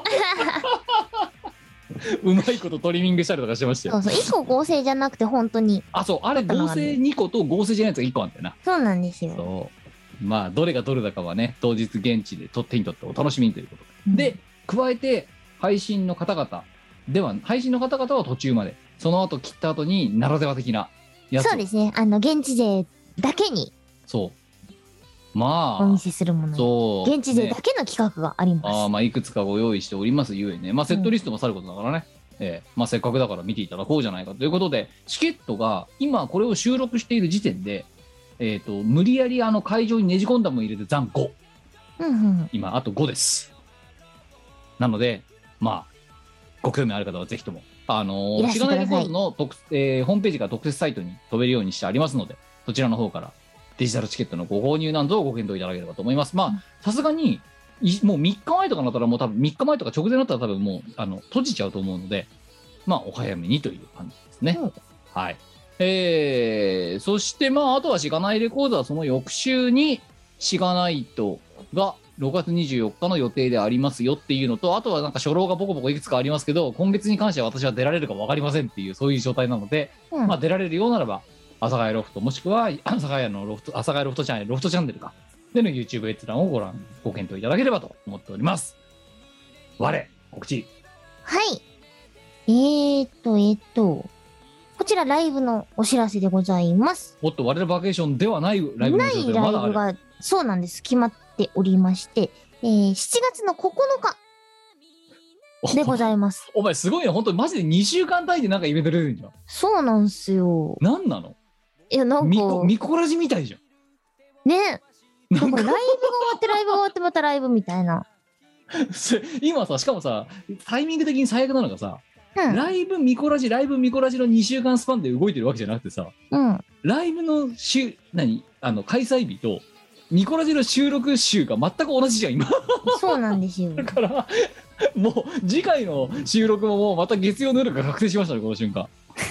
うまいことトリミングしたりとかしてましたよ。 そうそう、一個合成じゃなくて本当に。 あそうあれ合成にこと合成じゃないやつがいっこあるんだよな。 そうなんですよ。 そうまあどれがどれだかはね当日現地でと手に取ってお楽しみにということで、で加えて配信の方々では配信の方々は途中までその後切った後にならでは的なやつをそうですね。あの、現地勢だけにそうまあお見せするもの。 そう現地勢だねけの企画があります。 あーまあいくつかご用意しておりますゆえねまあセットリストもさることだからね、ええまあせっかくだから見ていただこうじゃないかということでチケットが今これを収録している時点でえっ、と無理やりあの会場にねじ込んだもん入れて残ごうんうん。 今あとごです。なのでまあご興味ある方はぜひともあのいらー、しがないしてくださいレコードの特、えーホームページから特設サイトに飛べるようにしてありますのでそちらの方からデジタルチケットのご購入などをご検討いただければと思います。まあさすがにいもうみっかまえとかになったらもう多分みっかまえとか直前になったら多分もうあの閉じちゃうと思うのでまあお早めにという感じですね。 うん、 はい。えー、そしてまああとはしがないレコードはその翌週にしがないとがろくがつにじゅうよっかの予定でありますよっていうのとあとはなんか初老がボコボコいくつかありますけど今月に関しては私は出られるか分かりませんっていうそういう状態なので、 うん、 まあ出られるようならば阿佐ヶ谷ロフトもしくは阿佐ヶ谷のロフト阿佐ヶ谷ロフトチャンネルロフトチャンネルかでの YouTube 閲覧をご覧ご検討いただければと思っております。我告知はい。えーっと、えーっと、こちらライブのお知らせでございます。 もっと我々バケーションではないライブのない状態がまだある。 ライブが、そうなんです。決まっておりまして、えー、しちがつのここのかでございます。 お前すごいね本当にマジでにしゅうかん単位でなんかイベント出てるんじゃん。 そうなんすよ。 なんなのいや、なんか、 ミコミコラジみたいじゃん。 ね。 なんかなんかライブが終わってライブが終わってまたライブみたいな。 今さしかもさタイミング的に最悪なのがさ、 うん。 ライブミコラジライブミコラジのにしゅうかんスパンで動いてるわけじゃなくてさうん。 ライブの週何あの開催日とミコラジの収録週が全く同じじゃん今そうなんですよ。 だからもう次回の収録ももうまた月曜の夜が確定しましたねこの瞬間。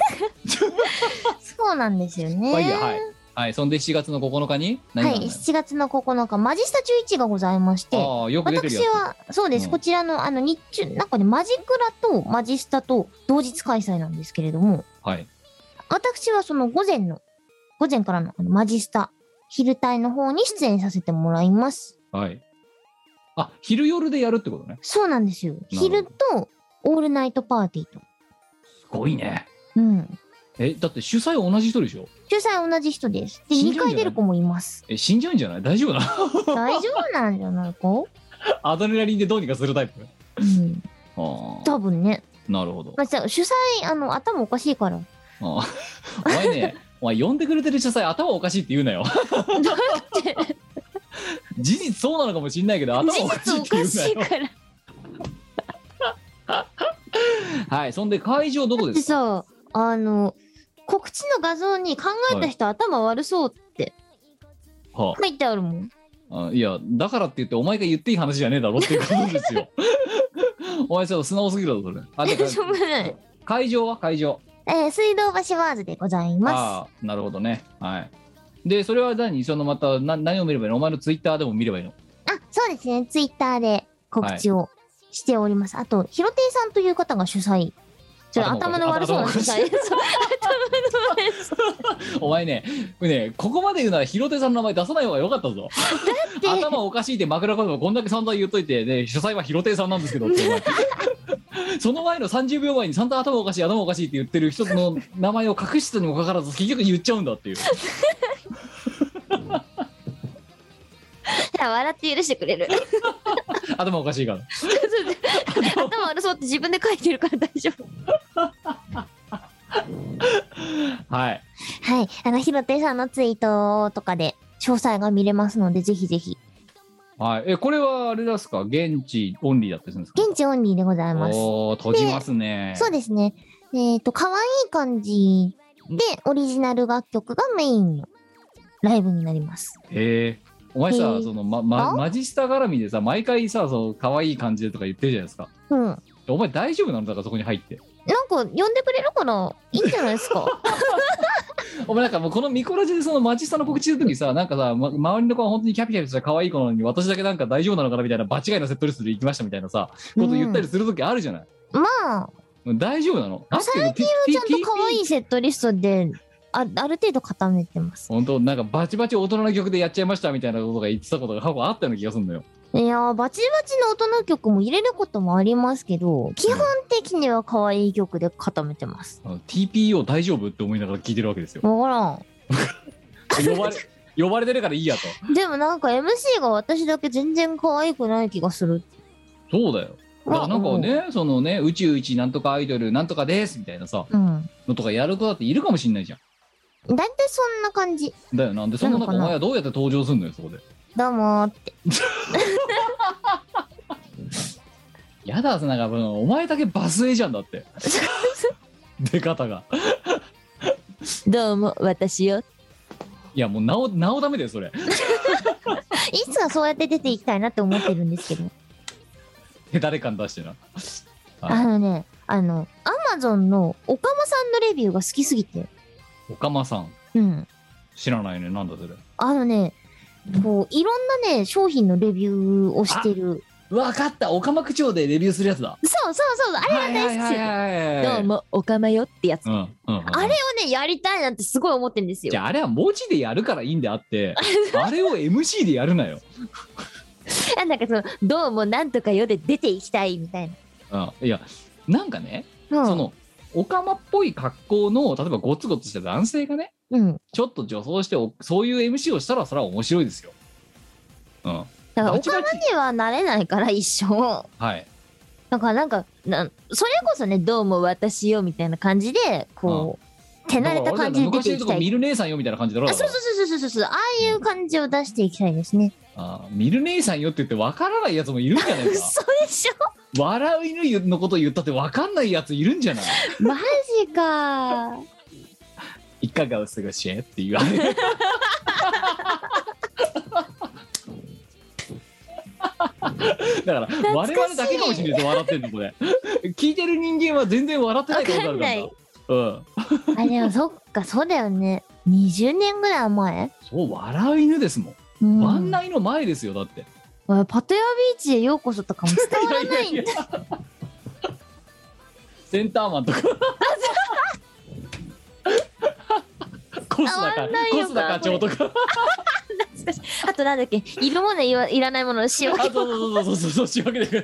そうなんですよね。 まあいいやはいはいそんでしちがつのここのかに何はい、 なのよしちがつのここのか、マジスタじゅういちがございまして、 ああよく出てるやつ私は、そうです、 うんこちらの、あの、日中、なんかね、マジクラとマジスタと同日開催なんですけれども、 はい私はその午前の、午前からのあのマジスタ、昼帯の方に出演させてもらいます。 はいあ昼夜でやるってことね。 そうなんですよ。昼とオールナイトパーティーと。 すごいね。 うん。 えだって主催同じ人でしょ。 主催同じ人です。で、に死んじゃうんじゃないかい出る子もいます。 え死んじゃうんじゃない？大丈夫な大丈夫なんじゃないか。 アドレナリンでどうにかするタイプ。 うん。 ああ多分ね。 なるほど。 まあ、さ主催、あの、頭おかしいから。 ああお前ねお前呼んでくれてる主催頭おかしいって言うなよ。 だって事実そうなのかもしんないけど頭事おかしいって言実おかしうなよ。 いから。 はいそんで会場どこだっですか。 てさ、あの、告知の画像に考えた人、頭悪そうっては書いてあるもん。 あ、あいやだからって言ってお前が言っていい話じゃねえだろっていうことですよ。お前さ素直すぎるだろそれ。あでしょうがない。 会場は会場。 えー、水道橋ワーズでございます。 ああなるほどね。はいでそれは何そのまたな何を見ればいいの。お前のツイッターでも見ればいいの。 あ、そうですね。ツイッターで告知をしております。あと、ひろていさんという方が主催。ちょっと頭の悪そうな主催。そう頭の悪そう。 お前ねねここまで言うならひろてさんの名前出さない方がよかったぞ。頭おかしいって枕言葉こんだけ散々言っといてね主催はひろてさんなんですけどってお前その前のさんじゅうびょうまえに散々頭おかしい頭おかしいって言ってる人の名前を隠したにもかかわらず結局言っちゃうんだっていう。 笑って許してくれる。 頭おかしいから頭悪そうって自分で書いてるから大丈夫。 はいはい。あの、ひろていさんのツイートとかで詳細が見れますので、ぜひぜひ。 はいえこれはあれですか現地オンリーだったりするんですか。 現地オンリーでございます。 おー閉じますね。 そうですね。えっと、可愛い感じで、オリジナル楽曲がメインのライブになります。 へえお前さ、 へーそのままマジスタ絡みでさ毎回さその可愛い感じでとか言ってるじゃないですか。 うん。なんかお前大丈夫なのだからそこに入って呼んでくれるからいいんじゃないですか。 お前なんかもうこのミコラジでそのマジスタの告知するときさなんかさ、ま、周りの子は本当にキャピキャピした可愛い子なのに私だけなんか大丈夫なのかなみたいな場違いのセットリストで行きましたみたいなさこと言ったりするときあるじゃない、 まあ、 大丈夫なの。 最近はちゃんと可愛いセットリストで、あ、ある程度固めてます。 本当なんかバチバチ大人の曲でやっちゃいましたみたいなことが言ってたことが過去あったような気がするんだよ。 いやー、バチバチの大人曲も入れることもありますけど、基本的には可愛い曲で固めてます。 あの ティーピーオー 大丈夫って思いながら聞いてるわけですよ。 わからん。 呼ばれ呼ばれてるからいいやと。 でもなんか エムシー が私だけ全然可愛くない気がする。 そうだよ。だからなんかね、そのね宇宙一なんとかアイドルなんとかですみたいなさ、 うん。 のとかやる子だっているかもしんないじゃん。 だいたいそんな感じ。 だよなんでそんな中お前はどうやって登場すんのよそこで。 どうもーって。 やだなんかもうお前だけバスエじゃんだって。出方が。 どうも、私よ。 いやもうなおなおダメだよそれ。 いつかそうやって出ていきたいなって思ってるんですけど。 手誰感出してな。 あのね、あの、アマゾンのオカマさんのレビューが好きすぎて。 おかまさんうん。 知らないねなんだそれ。 あのね、こう、いろんなね、商品のレビューをしてる。 わかったおかま口調でレビューするやつだ。 そうそうそう、あれが大好き。 はいどうも、おかまよってやつ。 うんうんうん、 あれをね、やりたいなんてすごい思ってるんですよ。 じゃああれは文字でやるからいいんであってあれを エムシー でやるなよ。 なんかその、どうもなんとかよで出ていきたいみたいうん、いやなんかね、 な。うん、 そのオカマっぽい格好の例えばゴツゴツした男性がねうん。 ちょっと女装しておそういう エムシー をしたらそれは面白いですよ。うん。 だから、おバチバチかまにはなれないから一生。 はい。 だからなんか、なそれこそね、どうも私よみたいな感じで、こう、手慣れた感じで出ていきたい。 昔のとこミル姉さんよみたいな感じだろ。 あ、そうそうそうそうそうそう、ああいう感じを出していきたいですね。 あミル姉さんよって言って分からないやつもいるんじゃないか。 嘘でし笑う犬のこと言ったって分かんないやついるんじゃない。 ょ。マジか。 いかがお過ごしって言われる。だから我々だけかもしれないです笑ってんのこれ。聞いてる人間は全然笑ってないことあるから。うん。 あ、でもそっか、そうだよね。にじゅうねんぐらい前。 そう笑う犬ですもん。 うん、 ワンナイの前ですよだって。 パタヤビーチへようこそとかも伝わらないんだ。 センターマンとか。コスナかコスナ課長とか。 懐あとなんだっけ、いるものいわいらないものの仕分あ、 け。 そうそうそうそうそう、仕分けてくれ。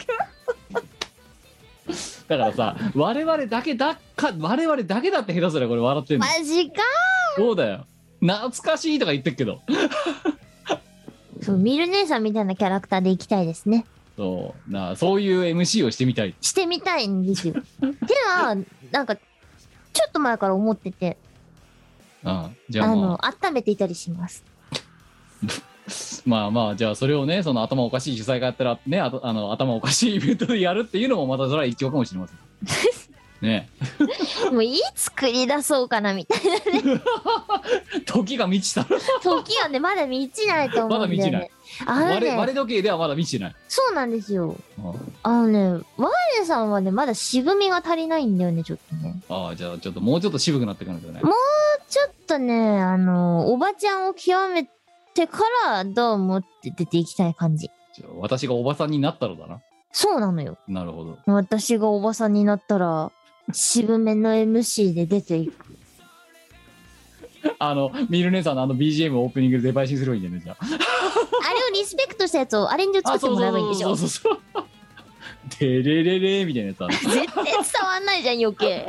だからさ、我々だけだか、我々だけだって下手すらこれ笑ってんの。 マジか。 そうだよ。懐かしいとか言ってるけど。 そう、ミル姉さんみたいなキャラクターでいきたいですね。 そうな、そういう エムシー をしてみたい。 してみたいんですよ。ではなんかちょっと前から思ってて、 うん、じゃあまあの温めていたりします。 あまあまあ、じゃあそれをね、その頭おかしい主催がやったらね、あとあの頭おかしいイベントでやるっていうのもまたそれは一興かもしれませんね。 もういつ繰り出そうかなみたいなね。 時が満ちた。 時はねまだ満ちないと思うんだよね。 まだ満ちない。 あの割れ割れね、 時計ではまだ満ちてない。 そうなんですよ。 うんあのね、ワイレさんはねまだ渋みが足りないんだよね、ちょっとね。 ああ、じゃあちょっともうちょっと渋くなってくるんだよね。 もうちょっとね、あのおばちゃんを極めてからどうもって出ていきたい感じ。 じゃあ私がおばさんになったのだな。 そうなのよ。 なるほど。 私がおばさんになったら渋めの エムシー で出ていく。 あのミル姉さんのあの ビージーエム をオープニングで陪審すればいいんだよね、じゃあ。 あれをリスペクトしたやつをアレンジを作ってもらえばいいんでしょ。 そうそうそうそう。テレレレみたいなやつある。 絶対伝わんないじゃん余計。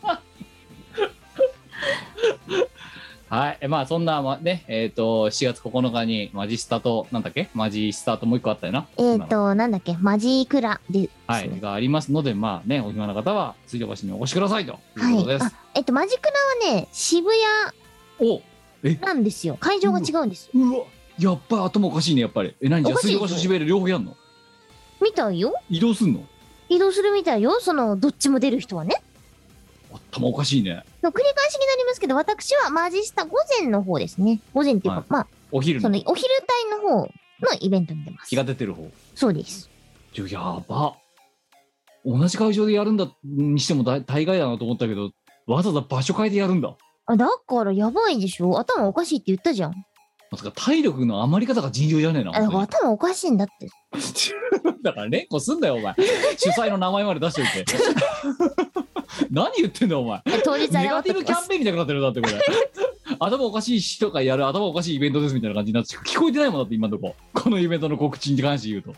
はい、えまあそんな、まね、えっ、としがつここのかにマジスタとなんだっけ、マジスタともう一個あったよな。 えっとなんだっけ、マジークラですね。 はいがありますので、まあね、お暇な方は水道橋にお越しくださいというはい。 ことです。 あ、えっとマジクラはね渋お、え、 谷なんですよ。会場が違うんですよ。 うわ、やっぱり頭おかしいね、やっぱり。え、何じゃあ水おかしいでしょ道橋と渋谷で両方やんの？ みたいよ。 移動すんの？ 移動するみたいよ。そのどっちも出る人はね。 頭おかしいね。 の繰り返しになりますけど、私はマジスタ午前の方ですね。午前っていうか、 はいまあお昼のそのお昼帯の方のイベントに出ます日。が出てる方。 そうです。 ちょやば。同じ会場でやるんだにしても大大概だなと思ったけど、わざわざ場所変えてやるんだ。 あ、だからやばいでしょ。頭おかしいって言ったじゃん。 まさか体力の余り方が尋常じゃねえな。 あ、だから本頭おかしいんだって。 当にだから連呼すんだよお前。主催の名前まで出しといて。何言ってんだお前。 当日はネガティブキャンペーンみたいになってるだってこれ。頭おかしい人がやる頭おかしいイベントですみたいな感じになって聞こえてないもんだって今のとこ。このイベントの告知に関して言うと。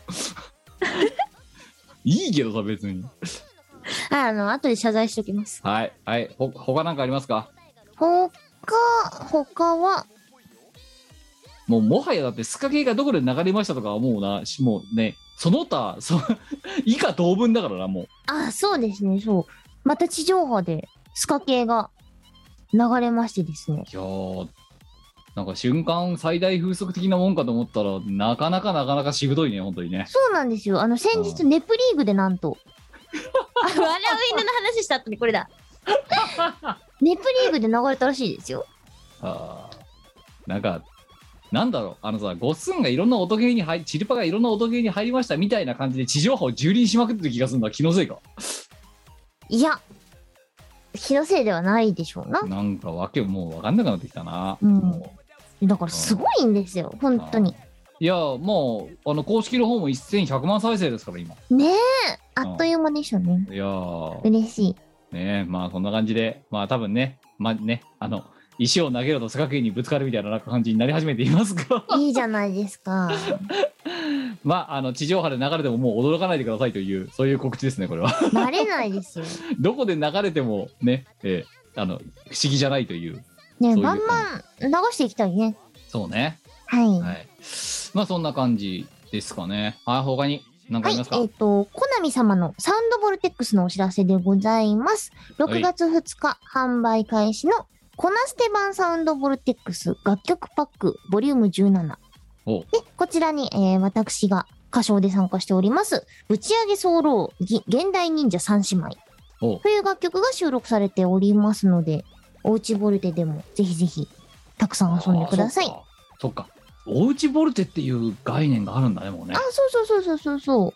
いいけどさ別に。 あ、あの後で謝罪しておきます。 はいはいほ他なんかありますか？ 他他はもうもはやだってスカ系がどこで流れましたとかはもうなしもうねその他そ以下同文だからなもう。 あ、そうですね。そうまた地上波でスカ系が流れましてですね。 いやーなんか瞬間最大風速的なもんかと思ったらなかなかなかなかしぶといね本当にね。 そうなんですよ。あの先日ネプリーグでなんとあ、笑う犬の話した後にこれだ。ネプリーグで流れたらしいですよ。 あーなんかなんだろうあのさゴッスンがいろんな音ゲーに入りチルパがいろんな音ゲーに入りましたみたいな感じで地上波を蹂躙しまくってる気がするのは気のせいか。 いや気のせいではないでしょうな。 なんかわけもう分かんなくなってきたな。 うんもだからすごいんですよ本当に。 ういやもうあの公式の方もせんひゃくまん再生ですから今。 ねえあっという間でしたね。 いやー嬉しい。 ねえまあこんな感じでまあ多分ねまあねあの石を投げろと坂家にぶつかるみたいな感じになり始めていますがいいじゃないですか。 まああの地上波で流れてももう驚かないでくださいというそういう告知ですねこれは。 慣れないですよ。 どこで流れてもね、えーあの不思議じゃないというねそういうバンバン流していきたいね。 そうねはい。 はい。まあそんな感じですかね。はい、他に何かあはい、 りますか？ えっ、と、コナミ様のサウンドボルテックスのお知らせでございます。ろくがつふつか販売開始のコナステ版サウンドボルテックス楽曲パックボリュームじゅうなな。 おで、こちらに、えー私が歌唱で参加しております、ぶち上げ候ぎ現代忍者三姉妹おという楽曲が収録されておりますので、おうちボルテでもぜひぜひたくさん遊んでください。あ、 そっか。そっかおうちボルテっていう概念があるんだねもうね。 そうそうそうそうそうそう。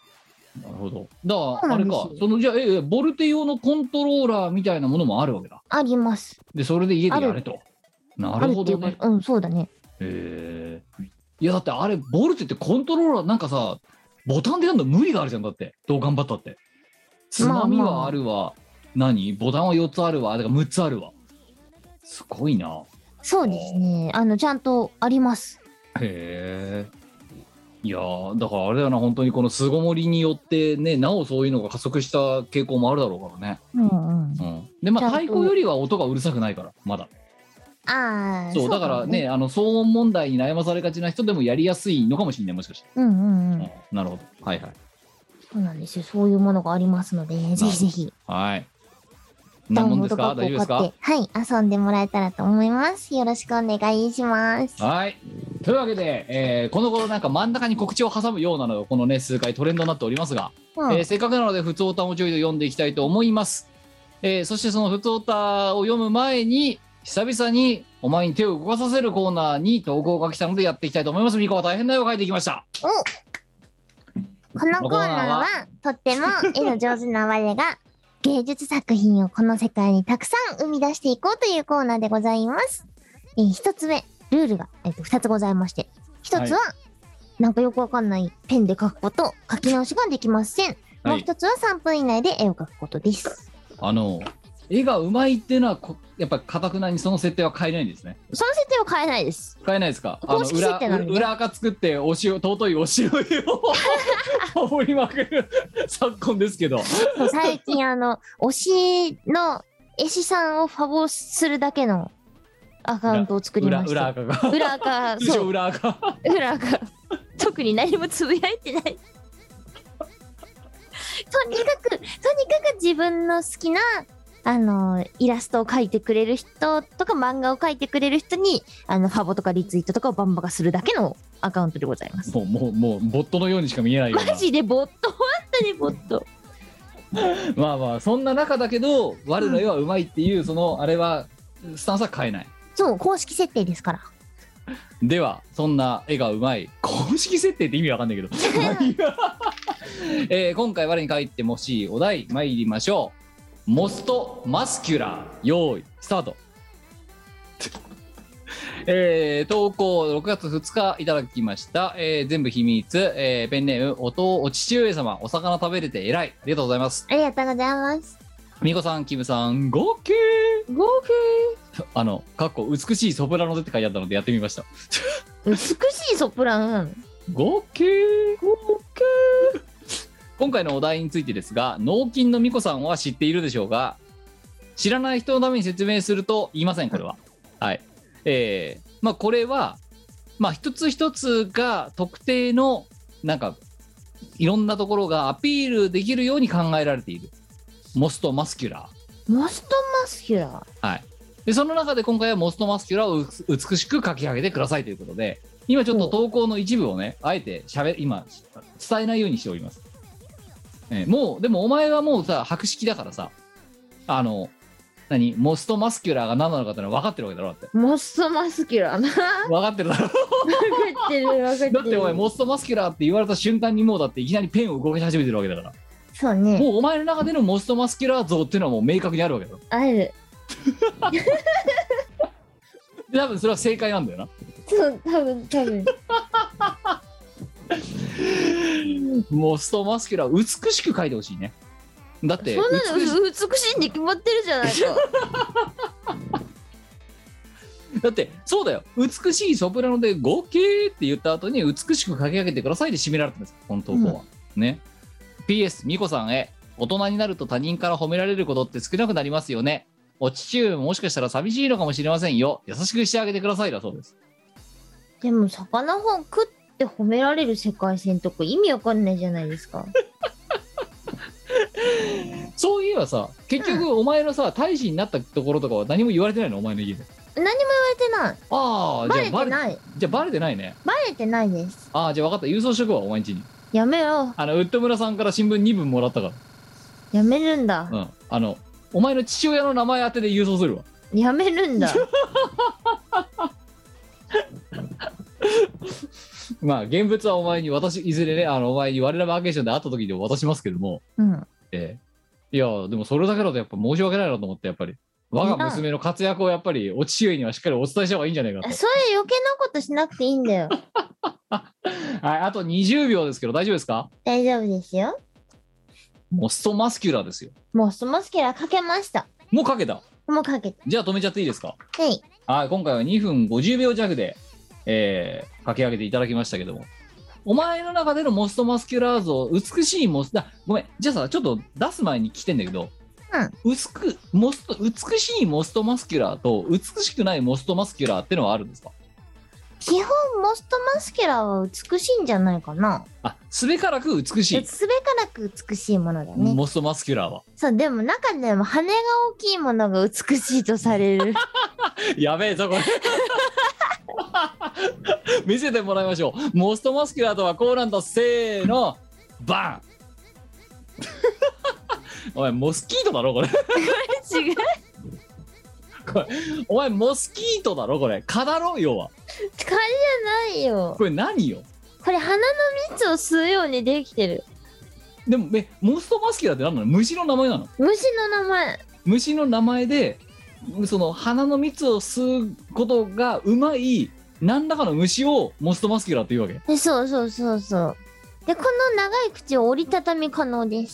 なるほど。だそうからあれかなんですよそのじゃあえボルテ用のコントローラーみたいなものもあるわけだ。 あります。 でそれで家でやれと。なるほどね。 あるっていうか、うん、そうだね。 へえ。いやだってあれボルテってコントローラーなんかさボタンでやるの無理があるじゃんだってどう頑張ったって。つまみはあるわ。何ボタンはよっつあるわ。だからむっつあるわ。すごいな。 そうですね。あの、ちゃんとあります。 へえ。いやーだからあれだよな、本当にこの巣ごもりによってね、なおそういうのが加速した傾向もあるだろうからね。 うんうん。 うん、でまあちゃんと太鼓よりは音がうるさくないからまだ。 ああ、 そうだからね、あの騒音問題に悩まされがちな人でもやりやすいのかもしれない、もしかして。 うんうんううんん。 なるほど。はいはい。 そうなんですよ。そういうものがありますので、ぜひぜひ。 はい。 ダウン何もんですか、 ロードバッグ大丈夫ですか。 を買って、はい、遊んでもらえたらと思います。よろしくお願いします。 はい。というわけで、えーこの頃なんか真ん中に告知を挟むようなのがこのね数回トレンドになっておりますが、 うん。 えーせっかくなのでふつおたもちょいと読んでいきたいと思います。えーそしてそのふつおたを読む前に久々にお前に手を動かさせるコーナーに投稿が来たのでやっていきたいと思います。みこは大変だよ、書いてきました。 おこのコーナーは、とっても絵の上手な我が、芸術作品をこの世界にたくさん生み出していこうというコーナーでございます。えー一つ目、ルールが、えっと、二つございまして。一つは、なんかよくわかんないペンで描くこと、書き直しができません。もう一つはさんぷん以内で絵を描くことです。 あの絵がうまいっていうのはこやっぱかたくなにその設定は変えないんですね。 その設定は変えないです。 変えないですか。あの公式設定なのでね裏裏垢作っておし尊いお城絵を掘りまくる昨今ですけど。 そう最近あの、推しの絵師さんをファボするだけのアカウントを作り裏ました。 裏垢が裏垢、 通そう、 称裏垢。 裏垢。特に何もつぶやいてない。とにかく、とにかく自分の好きな、あの、イラストを描いてくれる人とか漫画を描いてくれる人に、あの、ファボとかリツイートとかをバンバカするだけのアカウントでございます。 もうもうもうボットのようにしか見えないような。 マジでボット、本当にボット。 まあまあそんな中だけど我の絵はうまいっていうそのあれはスタンスは変えない。 そう、公式設定ですから。 ではそんな絵がうまい公式設定って意味わかんないけど、えー今回我に書いてほしいお題参りましょう。モストマスキュラー、用意スタート。えー投稿ろくがつふつかいただきました、えー全部秘密、えーペンネームおとお父上様、お魚食べれて偉い、ありがとうございます。 ありがとうございます。 みこさん、キムさん、合計合計あの、かっこ美しいソプラノでって書いてあったのでやってみました。 美しいソプラノなの。 合計合計今回のお題についてですが、脳筋のみこさんは知っているでしょうが、知らない人のために説明すると言いません、これは。はい。えー、まあこれは、まあ一つ一つが特定の、なんか、いろんなところがアピールできるように考えられている。モストマスキュラー。 モストマスキュラー。 はい。で、その中で今回はモストマスキュラーをう美しく書き上げてくださいということで、今ちょっと投稿の一部をね、あえてしゃべ、今、伝えないようにしております。えーもう、でもお前はもうさ、博識だからさ、あの、何モストマスキュラーが何なのかってのは分かってるわけだろだって。 モストマスキュラーな。 分かってるだろ分かってる分かってる。 だってお前モストマスキュラーって言われた瞬間にもうだっていきなりペンを動かし始めてるわけだから。 そうね。 もうお前の中でのモストマスキュラー像っていうのはもう明確にあるわけだろ。 ある。 で多分それは正解なんだよな。 そう、多分多分。 モストマスキュラー美しく書いてほしいね。だってそんなの美し美しいに決まってるじゃないか。 だってそうだよ、美しいソプラノで合計って言った後に美しく書き上げてくださいで締められてるんです、この投稿は、うん、ね。 ピーエス みこさんへ、大人になると他人から褒められることって少なくなりますよね。お父上ももしかしたら寂しいのかもしれませんよ、優しくしてあげてくださいだそうです。 でも魚本食って褒められる世界線とか意味わかんないじゃないですか。 そういえばさ、結局お前のさ大使になったところとかは何も言われてないの、お前の家で。 何も言われてない。 ああ、 バじゃあバレレてない。 じゃあバレてないね。 バレてないです。 ああ、じゃあ分かった、郵送しとくわ、お前んちに。 やめよあのウッド村さんから新聞にぶんもらったかう。やめるんだ。 ら、うん、あのお前の父親の名前当てで郵送するわ。 やめるんだ。 まあ現物はお前に私いずれね、あのお前に我らバーケーションで会った時で渡しますけども、 うん。 えー、いやでもそれだけだとやっぱ申し訳ないなと思って、やっぱり我が娘の活躍をやっぱりお父上にはしっかりお伝えした方がいいんじゃないかと。 そういう余計なことしなくていいんだよ。 はい、あとにじゅうびょうですけど大丈夫ですか？ 大丈夫ですよ。 モストマスキュラーですよ。 モストマスキュラーかけました。 もうかけた。 もうかけた。 じゃあ止めちゃっていいですか？ はい。 はい、今回はにふんごじゅうびょう弱でえー、書き上げていただきましたけども、お前の中でのモストマスキュラー像、美しいモスだごめん、じゃあさ、ちょっと出す前に聞きてんだけど、うん、薄くモスト美しいモストマスキュラーと美しくないモストマスキュラーってのはあるんですか？ 基本モストマスキュラーは美しいんじゃないかな。 あ、すべからく美しい。 すべからく美しいものだね。 モストマスキュラーは。 そう、でも中でも羽が大きいものが美しいとされる。 やべえぞこれ。見せてもらいましょう。モストマスキュラーとはこうなんだ。せーの、バン。お前モスキートだろこれ。 違う。 これお前モスキートだろこれ。蚊だろ要は。 蚊じゃないよ。 これ何よ。 これ花の蜜を吸うようにできてる。 でもえモストマスキュラーって何なの？虫の名前なの？ 虫の名前。 虫の名前で、その花の蜜を吸うことがうまい何らかの虫をモストマスキュラーっていうわけ？ え、そうそうそうそう。でこの長い口を折りたたみ可能です。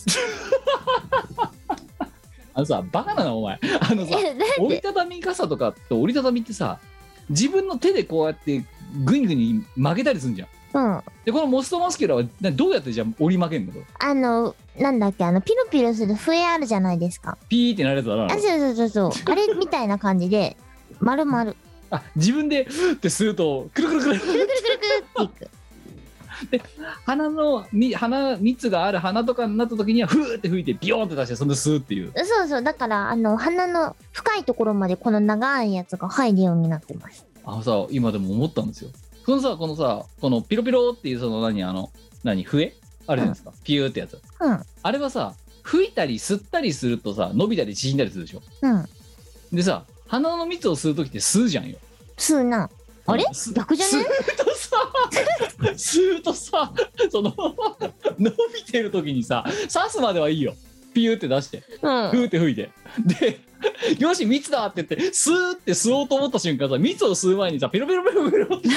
あのさ、バカなのお前。あのさ、折りたたみ傘とかと折りたたみってさ、自分の手でこうやってグニグニ曲げたりするんじゃん。 うん。 でこのモストマスキュラーはどうやってじゃあ折り曲げんの？ あのなんだっけ、あのピロピロする笛あるじゃないですか。 ピーってなるやつだな。 あ、そうそうそうそう。あれみたいな感じで丸々。 あ、自分でフーって吸うとくるくるくるくるくるくるくるっていく。 で花のみ花蜜がある花とかになった時にはフーって吹いてビヨーンって出してそんで吸うっていう。 そうそう、だからあの鼻の深いところまでこの長いやつが入るようになってます。 あのさ、今でも思ったんですよ。そのさ、このさ、このピロピロっていうその何あの何笛あるじゃないですか、うん、ピューってやつ、 うん、 あれはさ吹いたり吸ったりするとさ伸びたり縮んだりするでしょ。 うん。 でさ、鼻の蜜を吸う時って吸うじゃんよ。 吸うな。あれ逆じゃね？ 吸うとさ吸うとさその伸びてる時にさ刺すまではいいよ。ピューって出して、 うん、 ふーって吹いて、でよし蜜だって言ってスーって吸おうと思った瞬間さ、蜜を吸う前にさペロペロペロペロって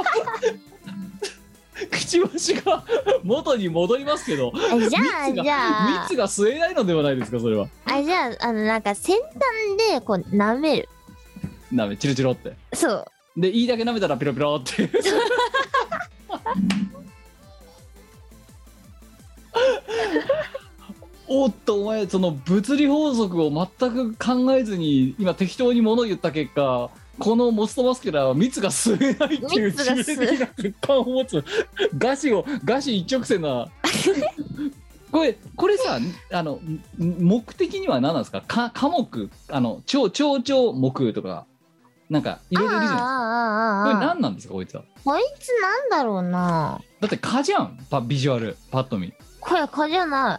くちばしが元に戻りますけど、 じゃあじゃあ蜜が吸えないのではないですかそれは。 あ、じゃああのなんか先端でこう舐める。 舐めチロチロって。 そうでいいだけ舐めたらペロペロっておっとお前その物理法則を全く考えずに今適当に物を言った結果、このモストマスキュラーは蜜が吸えないっていう致命的な欠陥を持つガシをガシ一直線なこれこれさ、あの目的には何なんですか？か科目あの超超超目とかなんかいろいろいるじゃないですか。これ何なんですかこいつは。 こいつなんだろうな。 だって蚊じゃん、パビジュアルパッと見。 これ蚊じゃない。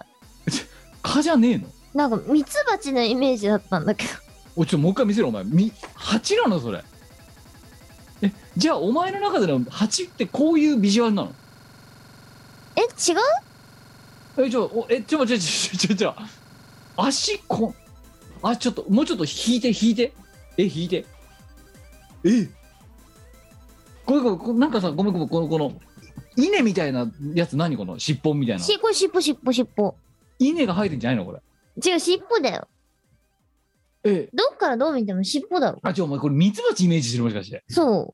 蚊じゃねえの？ なんかミツバチのイメージだったんだけど。 おいちょもう一回見せろお前。み蜂なのそれ？えじゃあお前の中での蜂ってこういうビジュアルなの？ え違う？ えちょおえちょちょちょちょちょ足こあちょっともうちょっと引いて引いてえ引いてえこれこれなんかさごめんごめんこのこの稲みたいなやつ何この尻尾みたいな。 しこれ尻尾尻尾尻尾。 稲が生えてんじゃないのこれ？ 違う尻尾だよ。 えどっからどう見ても尻尾だろ。 あちょお前これミツバチイメージしてるもしかして？ そう。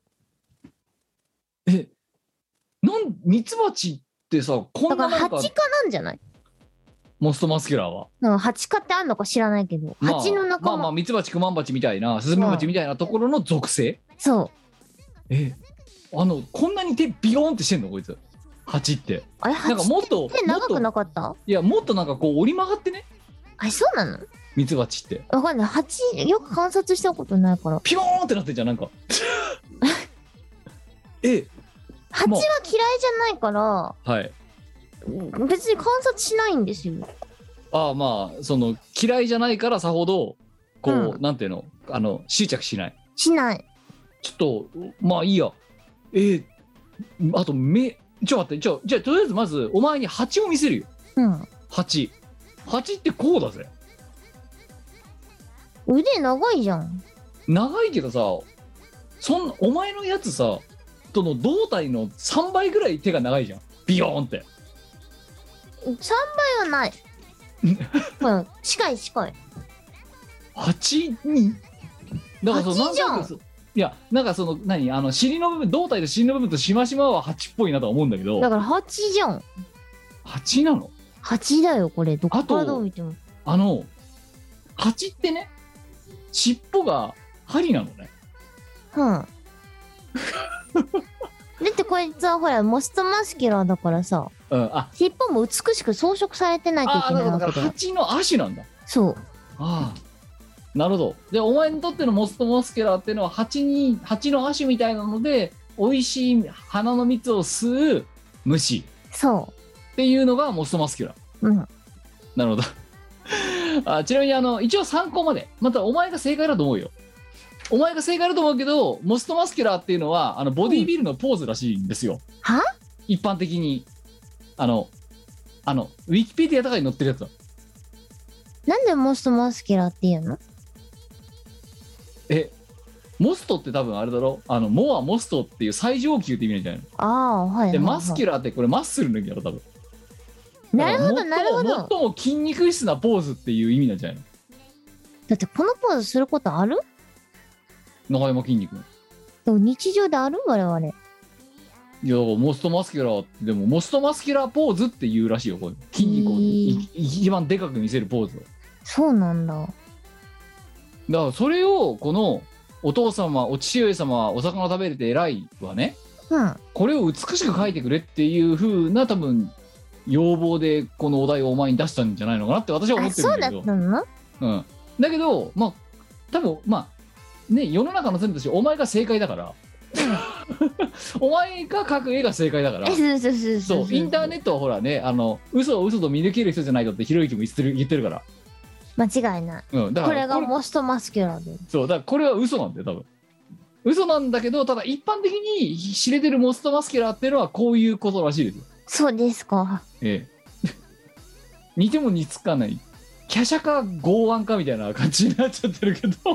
えなんミツバチってさこんななんかだから蜂科なんじゃない？ モストマスキュラーは。 なんか蜂科ってあんのか知らないけど、 まあ、 蜂の仲間。 まあまあミツバチクマンバチみたいなスズメバチみたいなところの属性。 そう。 えあのこんなに手ビヨーンってしてんのこいつ蜂って。 あれなんかもっと手長くなかった？ いやもっとなんかこう折り曲がってね。 あれそうなの？ ミツバチってわかんない。蜂よく観察したことないから。 ピヨーンってなってんじゃんなんかえ蜂は嫌いじゃないから、 はい、 別に観察しないんですよ。 ああまあその嫌いじゃないからさほどこう、 うん、 なんていうのあの執着しないしない。 ちょっとまあいいや。えー、あと目ちょっと待ってじゃあじゃあとりあえずまずお前に蜂を見せるよ。 うん蜂蜂ってこうだぜ。 腕長いじゃん。 長いけどさそんお前のやつさとの胴体のさんばいぐらい手が長いじゃんビヨーンって。 さんばいはない。うん、近い近い。 蜂にだからそう蜂じゃん。 なんかいやなんかその何あの尻の部分胴体と尻の部分としましまははちっぽいなとは思うんだけど。 だからはちじゃん。 はちなの？ はちだよこれ、どこからどう見ても。 あのはちってね、尻尾が針なのね。 うん。だってこいつはほらモストマスキュラーだからさ、 うん、あ尻尾も美しく装飾されてないといあけないだからはわけだよ。 ちの足なんだ。 そう。 ああなるほど。でお前にとってのモストマスキュラーっていうのは蜂に蜂の足みたいなので美味しい花の蜜を吸う虫そっていうのがモストマスキュラー。 う。うん。 なるほど。あちなみにあの一応参考までまたお前が正解だと思うよ。お前が正解だと思うけど、モストマスキュラーっていうのはあのボディービルのポーズらしいんですよ。 は？ 一般的にあのあのウィキペディアとかに載ってるやつだ。 なんでモストマスキュラーって言うの？ えモストって多分あれだろ、あのモアモストっていう最上級って意味なんじゃないの？ ああ、はいはい、はい。 でマスキュラーってこれマッスルの意味だろ多分。 なるほどだからなるほど。 最も筋肉質なポーズっていう意味なんじゃないの？ だってこのポーズすることある？ 中山筋肉。 でも日常である？我々。 いやだからモストマスキュラーってでもモストマスキュラーポーズっていうらしいよ。これ筋肉をい一番でかく見せるポーズを。 そうなんだ。 だからそれをこのお父様お父上様はお魚食べれて偉いはね、 うん。 これを美しく描いてくれっていう風な多分要望でこのお題をお前に出したんじゃないのかなって私は思あ、 ってるそうだんだけど。 ったの？ うん、だけどまあ多分まあね世の中の全部としてお前が正解だからお前が描く絵が正解だから。 え、そうそうそうそうインターネットはほらねあの嘘を嘘と見抜ける人じゃないとってひろゆきも言ってる言ってるから。 間違いない。 うん、だからこれがモストマスキュラーで。 そうだからこれは嘘なんだよ多分。嘘なんだけどただ一般的に知れてるモストマスキュラーっていうのはこういうことらしいですよ。 そうですか。 ええ似ても似つかない華奢か剛腕かみたいな感じになっちゃってるけど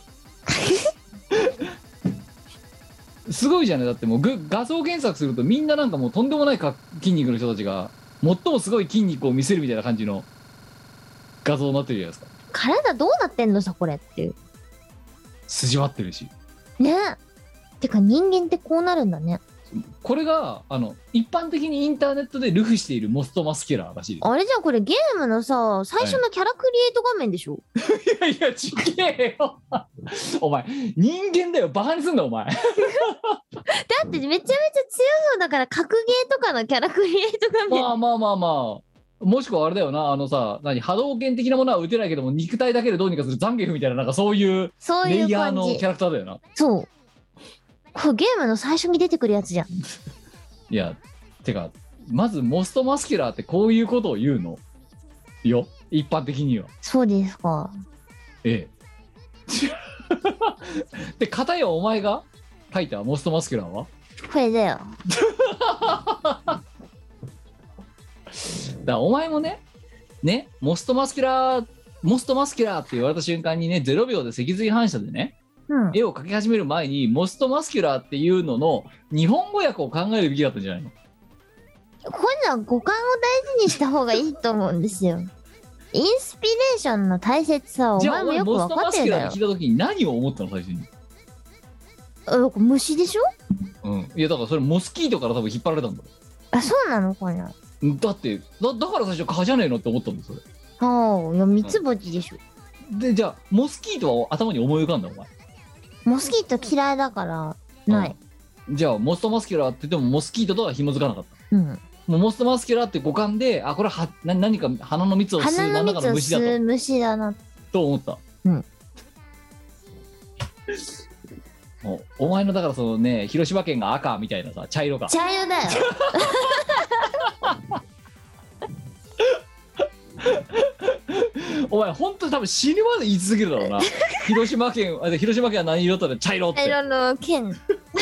すごいじゃない。だってもうグ画像検索するとみんななんかもうとんでもないか筋肉の人たちが最もすごい筋肉を見せるみたいな感じの画像になってるじゃないですか。 体どうなってんのさこれっていう。 筋張ってるしね。てか人間ってこうなるんだね。 これがあの一般的にインターネットで流布しているモストマスキュラーらしいです。 あれじゃんこれゲームのさ最初のキャラクリエイト画面でしょ？ いやいやちげえよお前人間だよバカにすんだお前だってめちゃめちゃ強そうだから格ゲーとかのキャラクリエイト画面。 まあまあまあまあもしくはあれだよなあのさ何波動拳的なものは打てないけども肉体だけでどうにかするザンゲフみたいななんかそういうそういうレイヤー感じ。 のキャラクターだよな。 そう。これゲームの最初に出てくるやつじゃん。 いやてかまずモストマスキュラーってこういうことを言うのよ一般的には。 そうですか。 ええで片やお前が書いたモストマスキュラーはこれだよ。 だからお前もねねモストマスキュラーモストマスキュラーって言われた瞬間にねゼロびょうで脊髄反射でねうん。 絵を描き始める前にモストマスキュラーっていうのの日本語訳を考えるべきだったんじゃないの？ こういうのは五感を大事にした方がいいと思うんですよ。インスピレーションの大切さはおじゃあお前前もよく分モストマかってるんだよスキュラーって聞い。た時に何を思ったの最初に？ あ虫でしょ？ うんいやだからそれモスキートから多分引っ張られたんだろ。 あ、そうなのかな。 だってだだから最初蚊じゃねえのって思ったんだよそれはあ、いや三つ星でしょ。 でじゃあモスキートは頭に思い浮かんだお前。 モスキート嫌いだからない。 じゃあモストマスキュラーって言ってもモスキートとは紐づかなかったうん。 もうモストマスキュラーって五感であこれはな何か鼻の蜜を吸鼻う何らかの蜜をの虫だ吸う虫だな。 とと思ったうんもうお前のだからそのね広島県が赤みたいなさ茶色か茶色だよ。 お前ほんと多分死ぬまで言い続けるだろうな広島県あ広島県は何色だったら茶色って茶色の剣。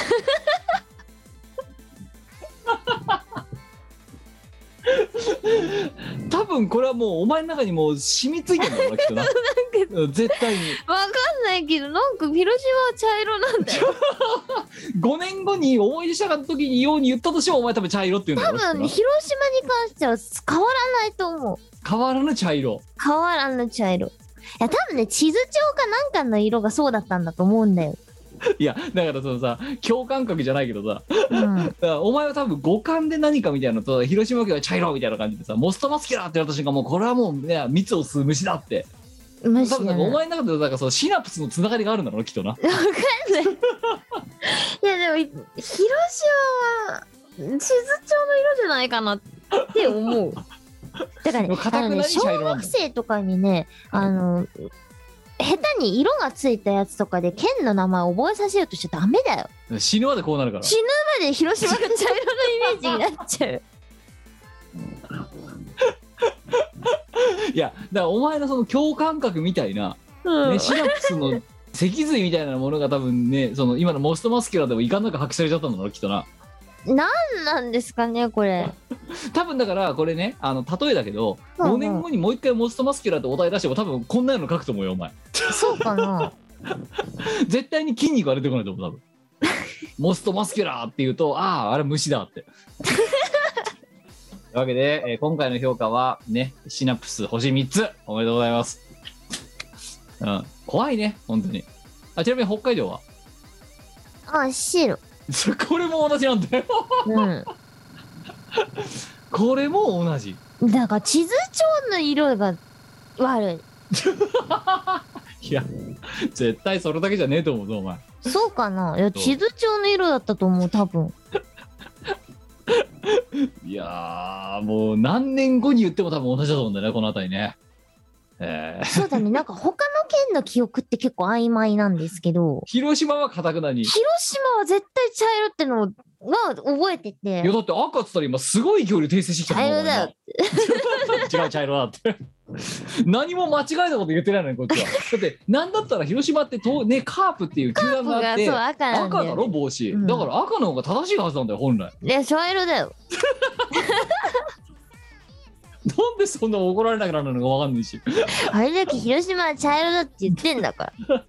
多分これはもうお前の中にもう染みついてんだろうなきっとなうん絶対にわかんないけどなんか広島は茶色なんだよ。 ごねんごに思い出したかった時にように言ったとしてもお前多分茶色って言うんだ多ろう分広島に関しては変わらないと思う。 変わらぬ茶色変わらぬ茶色。いや多分ね地図帳かなんかの色がそうだったんだと思うんだよ。 いやだからそのさ共感覚じゃないけどさ、 うんだからお前は多分五感で何かみたいなのと広島県は茶色みたいな感じでさモストマスキュラーって言われた瞬間もうこれはもうね蜜を吸う虫だって虫多分なんかお前の中でなんかそのシナプスのつながりがあるんだろうきっとな。 わかんないいやでも広島は地図帳の色じゃないかなって思うだからね、 かたくなにあのね小茶色なんだ学生とかにねあの下手に色がついたやつとかで県の名前覚えさせようとしちゃダメだよ。 死ぬまでこうなるから。 死ぬまで広島が茶色のイメージになっちゃういやだからお前のその共感覚みたいな、 うんね、シナプスの脊髄みたいなものが多分ねその今のモストマスキュラーでもいかんなく発揮されちゃったんだろうきっとな。 なんなんですかねこれ。 多分だからこれねあの例えだけど、 うんうんごねんごにもう一回モストマスキュラーってお題出しても多分こんなの書くと思うよお前。 そうかな絶対に筋肉が出てこないと思う多分。モストマスキュラーって言うとあああれ虫だって。というわけで、えー今回の評価はねシナプス星みっつおめでとうございます。うん、怖いね本当に。あちなみに北海道はあ白。 これも同じなんだよ。 うんこれも同じ。 だから地図帳の色が悪い。 いや絶対それだけじゃねえと思うぞお前。 そうかないやそう地図帳の色だったと思う多分。 いやーもう何年後に言っても多分同じだと思うんだよねこのあたりね。えー、 そうだねなんか他の県の記憶って結構曖昧なんですけど広島はかたくなに。い広島は絶対茶色ってのは覚えててやだって赤っつったら今すごい勢いで訂正してきた茶色だよって違う茶色だって何も間違えたこと言ってないのにこっちは。だってなんだったら広島ってと、ね、カープっていう球団があってそう赤なんだよ、ね、 赤だろ帽子、 うんだから赤の方が正しいはずなんだよ本来。 いや茶色だよ。 なんでそんな怒られなくなるのかわかんないし。 あれだけ広島は茶色だって言ってんだから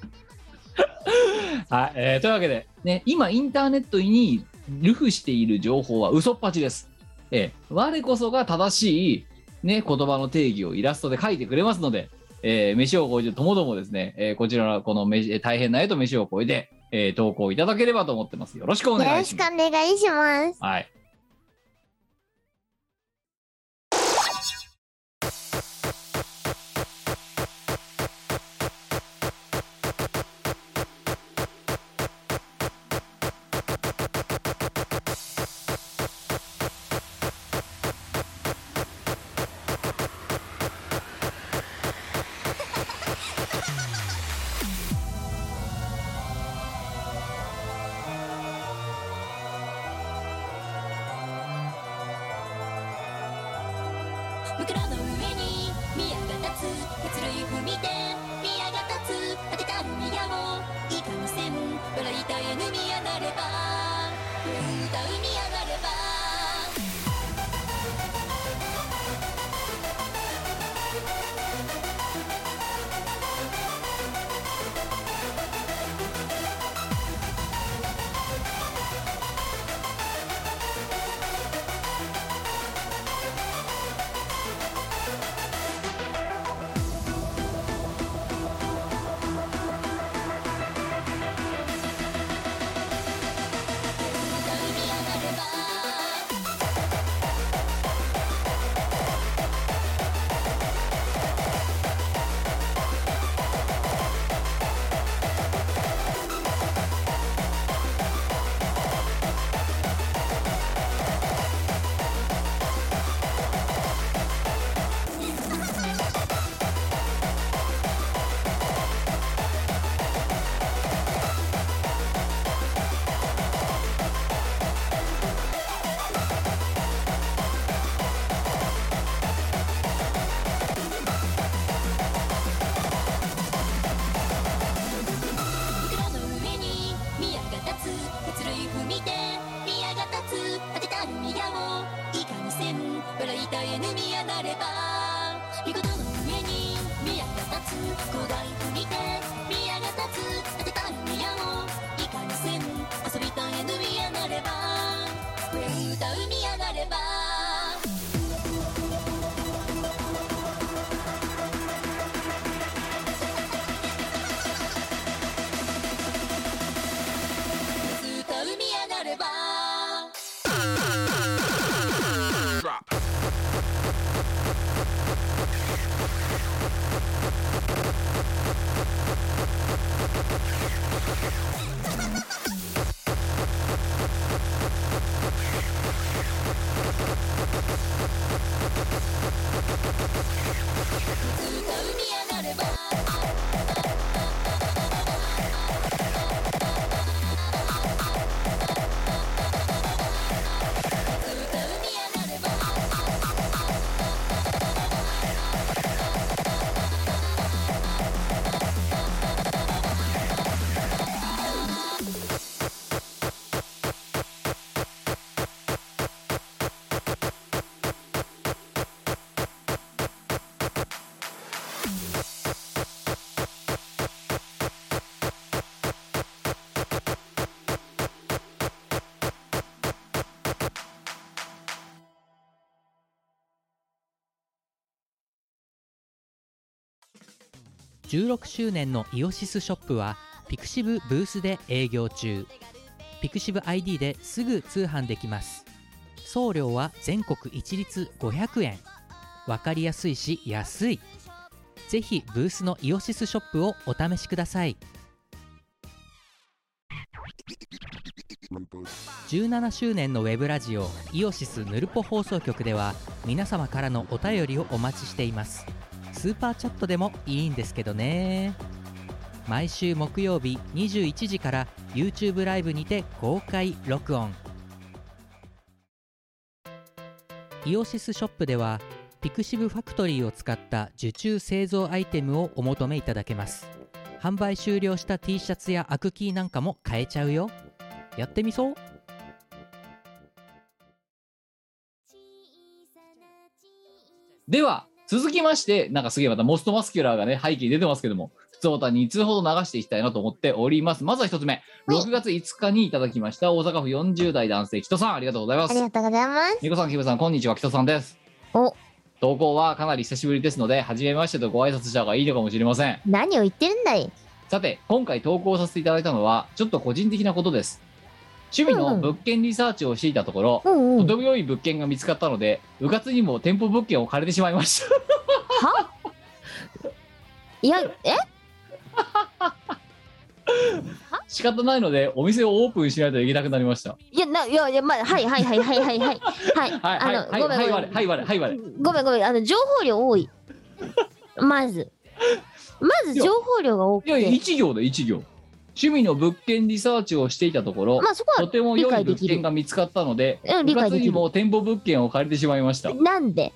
はい、えーというわけで、ね、今インターネットに流布している情報は嘘っぱちです。えー我こそが正しい、ね、言葉の定義をイラストで書いてくれますので、えー飯を超えてともどもですね、えーこちらのこの飯えー大変な絵と飯を超えて、えー投稿いただければと思ってます。よろしくおよろしく願いします。 お願いします。 はい。 枕の上に宮が立つ鉄類踏みで宮が立つ当てたる宮をいかにせん笑いたえぬ宮なれば歌う宮なれば歌う宮なれじゅうろくしゅうねんのイオシスショップはピクシブブースで営業中。ピクシブ アイディー ですぐ通販できます。送料は全国一律ごひゃくえん。わかりやすいし安い。ぜひブースのイオシスショップをお試しください。じゅうななしゅうねんのウェブラジオイオシスヌルポ放送局では皆様からのお便りをお待ちしています。スーパーチャットでもいいんですけどね。毎週木曜日にじゅういちじから YouTube ライブにて公開録音。イオシスショップではピクシブファクトリーを使った受注製造アイテムをお求めいただけます。販売終了した T シャツやアクキーなんかも買えちゃうよ。やってみそう。 では続きまして、なんかすげえまたモストマスキュラーがね背景に出てますけども、普通歌に通ほど流していきたいなと思っております。まずは一つ目、ろくがついつかにいただきました大阪府よんじゅう代男性キトさん、ありがとうございます。 ありがとうございます。 みこさん、キムさん、こんにちは、キトさんです。 お、 投稿はかなり久しぶりですので、初めましてとご挨拶した方がいいのかもしれません。 何を言ってるんだい。 さて、今回投稿させていただいたのはちょっと個人的なことです。趣味の物件リサーチをしていたところ、 うんうん、 とても良い物件が見つかったので、うかつにも店舗物件を借りてしまいました。 はいや、え仕方ないのでお店をオープンしないといけなくなりました。 いや、な、いや、いや、まあ、はいはいはいはいはいはい。はい。 はいはいあの、 はいごめんごめん。 はいはいはいはいはい。 ごめんごめん。あの、情報量多い。まず。まず情報量が多くて。 いやいや、一行で一行。趣味の物件リサーチをしていたところ、 まあそこはとても良い物件が見つかったので、 うん、理うか解できる。 つにも店舗物件を借りてしまいました。 なんで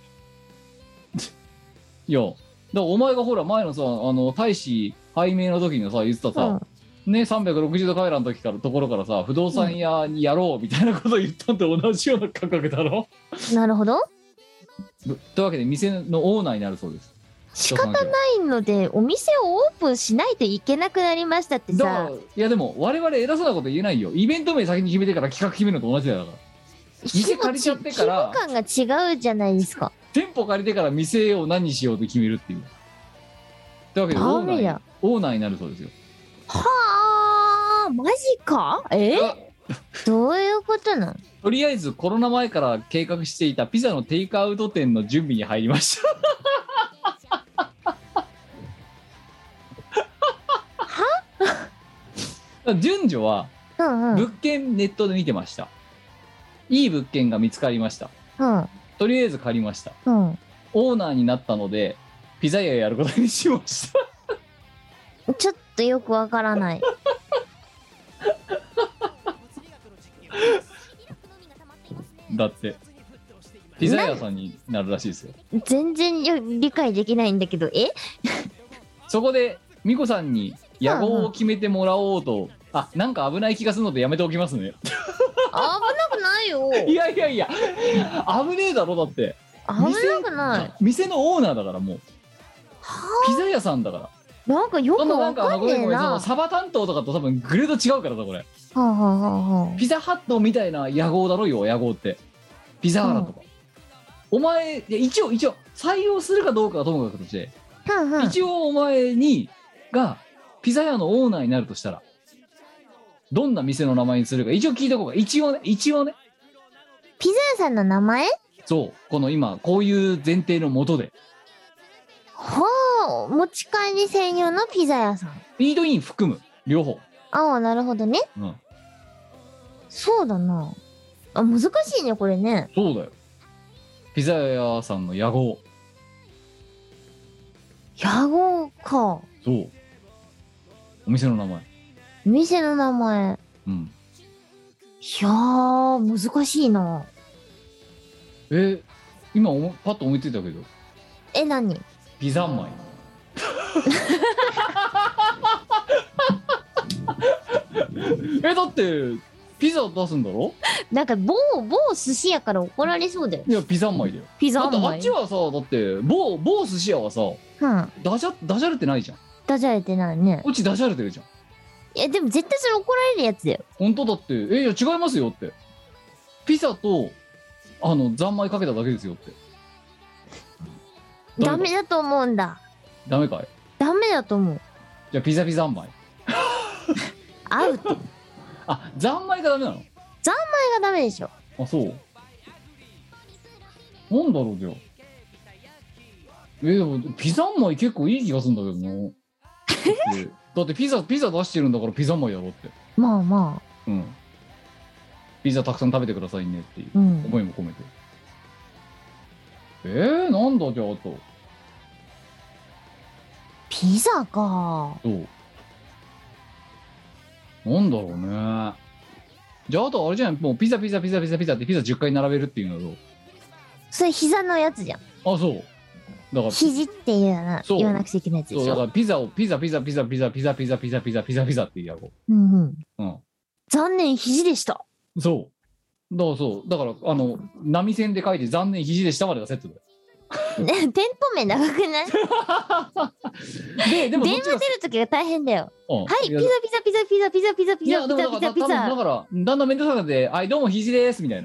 いや、だからお前がほら前のさ、あの大使拝命の時にさ言ってたさ、うん、ね、さんびゃくろくじゅうどカメラの時からところからさ、不動産屋にやろうみたいなことを言ったんと同じような感覚だろ。 なるほど。 というわけで店のオーナーになるそうです。 仕方ないのでお店をオープンしないといけなくなりましたってさ。 だからいやでも我々偉そうなこと言えないよ。イベント名先に決めてから企画決めるのと同じだよ。だから店借りちゃってから規模感が違うじゃないですか。 店舗借りてから店を何にしようと決めるっていう。というわけでオーナーオーナーになるそうですよ。 はあ、マジか。えどういうことなの。 とりあえずコロナ前から計画していたピザのテイクアウト店の準備に入りましたは順序は物件ネットで見てました、うんうん、いい物件が見つかりました、うん、とりあえず借りました、うん、オーナーになったのでピザ屋やることにしましたちょっとよくわからないだってピザ屋さんになるらしいですよ。 全然理解できないんだけど、えそこで美子さんに野号を決めてもらおうと、うんうん、あ、なんか危ない気がするのでやめておきますね。 危なくないよ。 いやいやいや、危ねえだろ。だって危なくない。 店のオーナーだから、もうピザ屋さんだから。 なんかよくわかんねえな。 サバ担当とかと多分グレード違うからさ、これ。はあはあはあ、 ピザハットみたいな野号だろよ、野号って。ピザーラとか。うん、お前、いや一応一応採用するかどうかはともかくとして、うんうん、一応お前にがピザ屋のオーナーになるとしたら、どんな店の名前にするか一応聞いた方が、一応ね、一応ね。 ピザ屋さんの名前？ そう、この今こういう前提のもとで。 はあ、持ち帰り専用のピザ屋さん。 イートイン含む両方。 ああ、なるほどね。うん。そうだな。あ、難しいねこれね。 そうだよ。ピザ屋さんの屋号。 屋号か。 そう。お店の名前。 お店の名前。うん。いやー、難しいな。 え、今おパッと思いついたけど。 え、何？ ピザンマイ。え、だってピザ出すんだろ？ なんか某某寿司屋から怒られそうだよ。 いや、ピザンマイだよ。 ピザンマイ。 だってあっちはさ、だって某某寿司屋はさ、うん、ダジャダジャレてないじゃん。 ダジャレてないね。 こっちダジャレてるじゃん。 いやでも絶対それ怒られるやつだよ。 本当だって、え、いや違いますよって。ピザとあの三昧かけただけですよって。 ダメだと思うんだ。 ダメかい？ ダメだと思う。 じゃあピザピザ三昧。 アウト。前あ、三昧がダメなの？ がダメでしょ。 あ、そう。なんだろうじゃあ。えー、でもピザ三昧結構いい気がするんだけどな。だってだってピザピザ出してるんだからピザ三昧やろうって。 まあまあ。 うん。ピザたくさん食べてくださいねっていううん。 思いも込めて。えー、なんだじゃああと。 ピザか。 どうなんだろうね。じゃああとあれじゃん、もうピザピザピザピザピザってピザじゅっかい並べるっていうのだろ。 それ膝のやつじゃん。 あ、そうだから肘っていうなそう言わなくちゃいけないやつでしょ。 そうだからピザをピザピザピザピザピザピザピザピザピザピザってやろうんうん。 う。うん残念、肘でした。 そうだからそうだからあの波線で書いて残念肘でしたまでがセットだよ。 ね、店舗名長くない？ ででも電話出そっちがるときが大変だよ。 うんはい、ピザいやピザピザピザピザピザピいやでザピもだから多分ザピザピザ。 だからだんだん面倒くさくなって「はいどうも肘です」みたいな。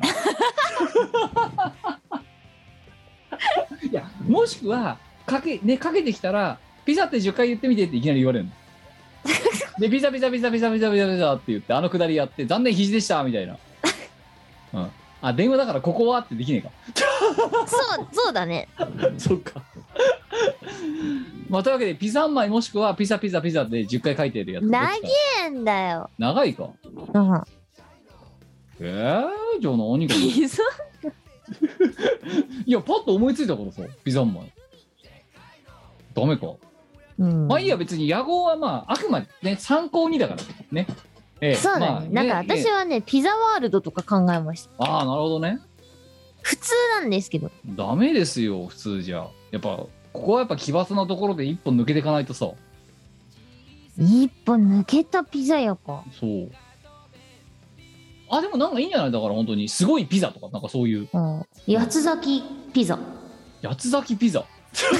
いやもしくはかけねかけてきたらピザってじゅっかい言ってみてっていきなり言われるの。でピザピザピザピザピザピザピザって言ってあのくだりやって残念肘でしたみたいな。うん。あ電話だからここはってできねえか。 そうそうだね。 そっか。まあというわけでピザ三昧もしくはピザピザピザでじゅっかい書いてるやつ。 長えんだよ。 長いか。 うん。 えー、じゃあ何か。 ピザ。 いやパッと思いついたからさピザ三昧。ダメか。 うん。 まあいいや別に野号はまああくまでね参考にだからね。ええそうだね。 まあなんか私ええはね、ピザワールドとか考えました。 ああなるほどね。 普通なんですけど。 ダメですよ普通じゃ。やっぱここはやっぱ奇抜なところで一本抜けていかないとさ。 一本抜けたピザ屋か。 そう。あでもなんかいいんじゃないだから本当にすごいピザとかなんかそういううん。八つ咲きピザ。 八つ咲きピザ。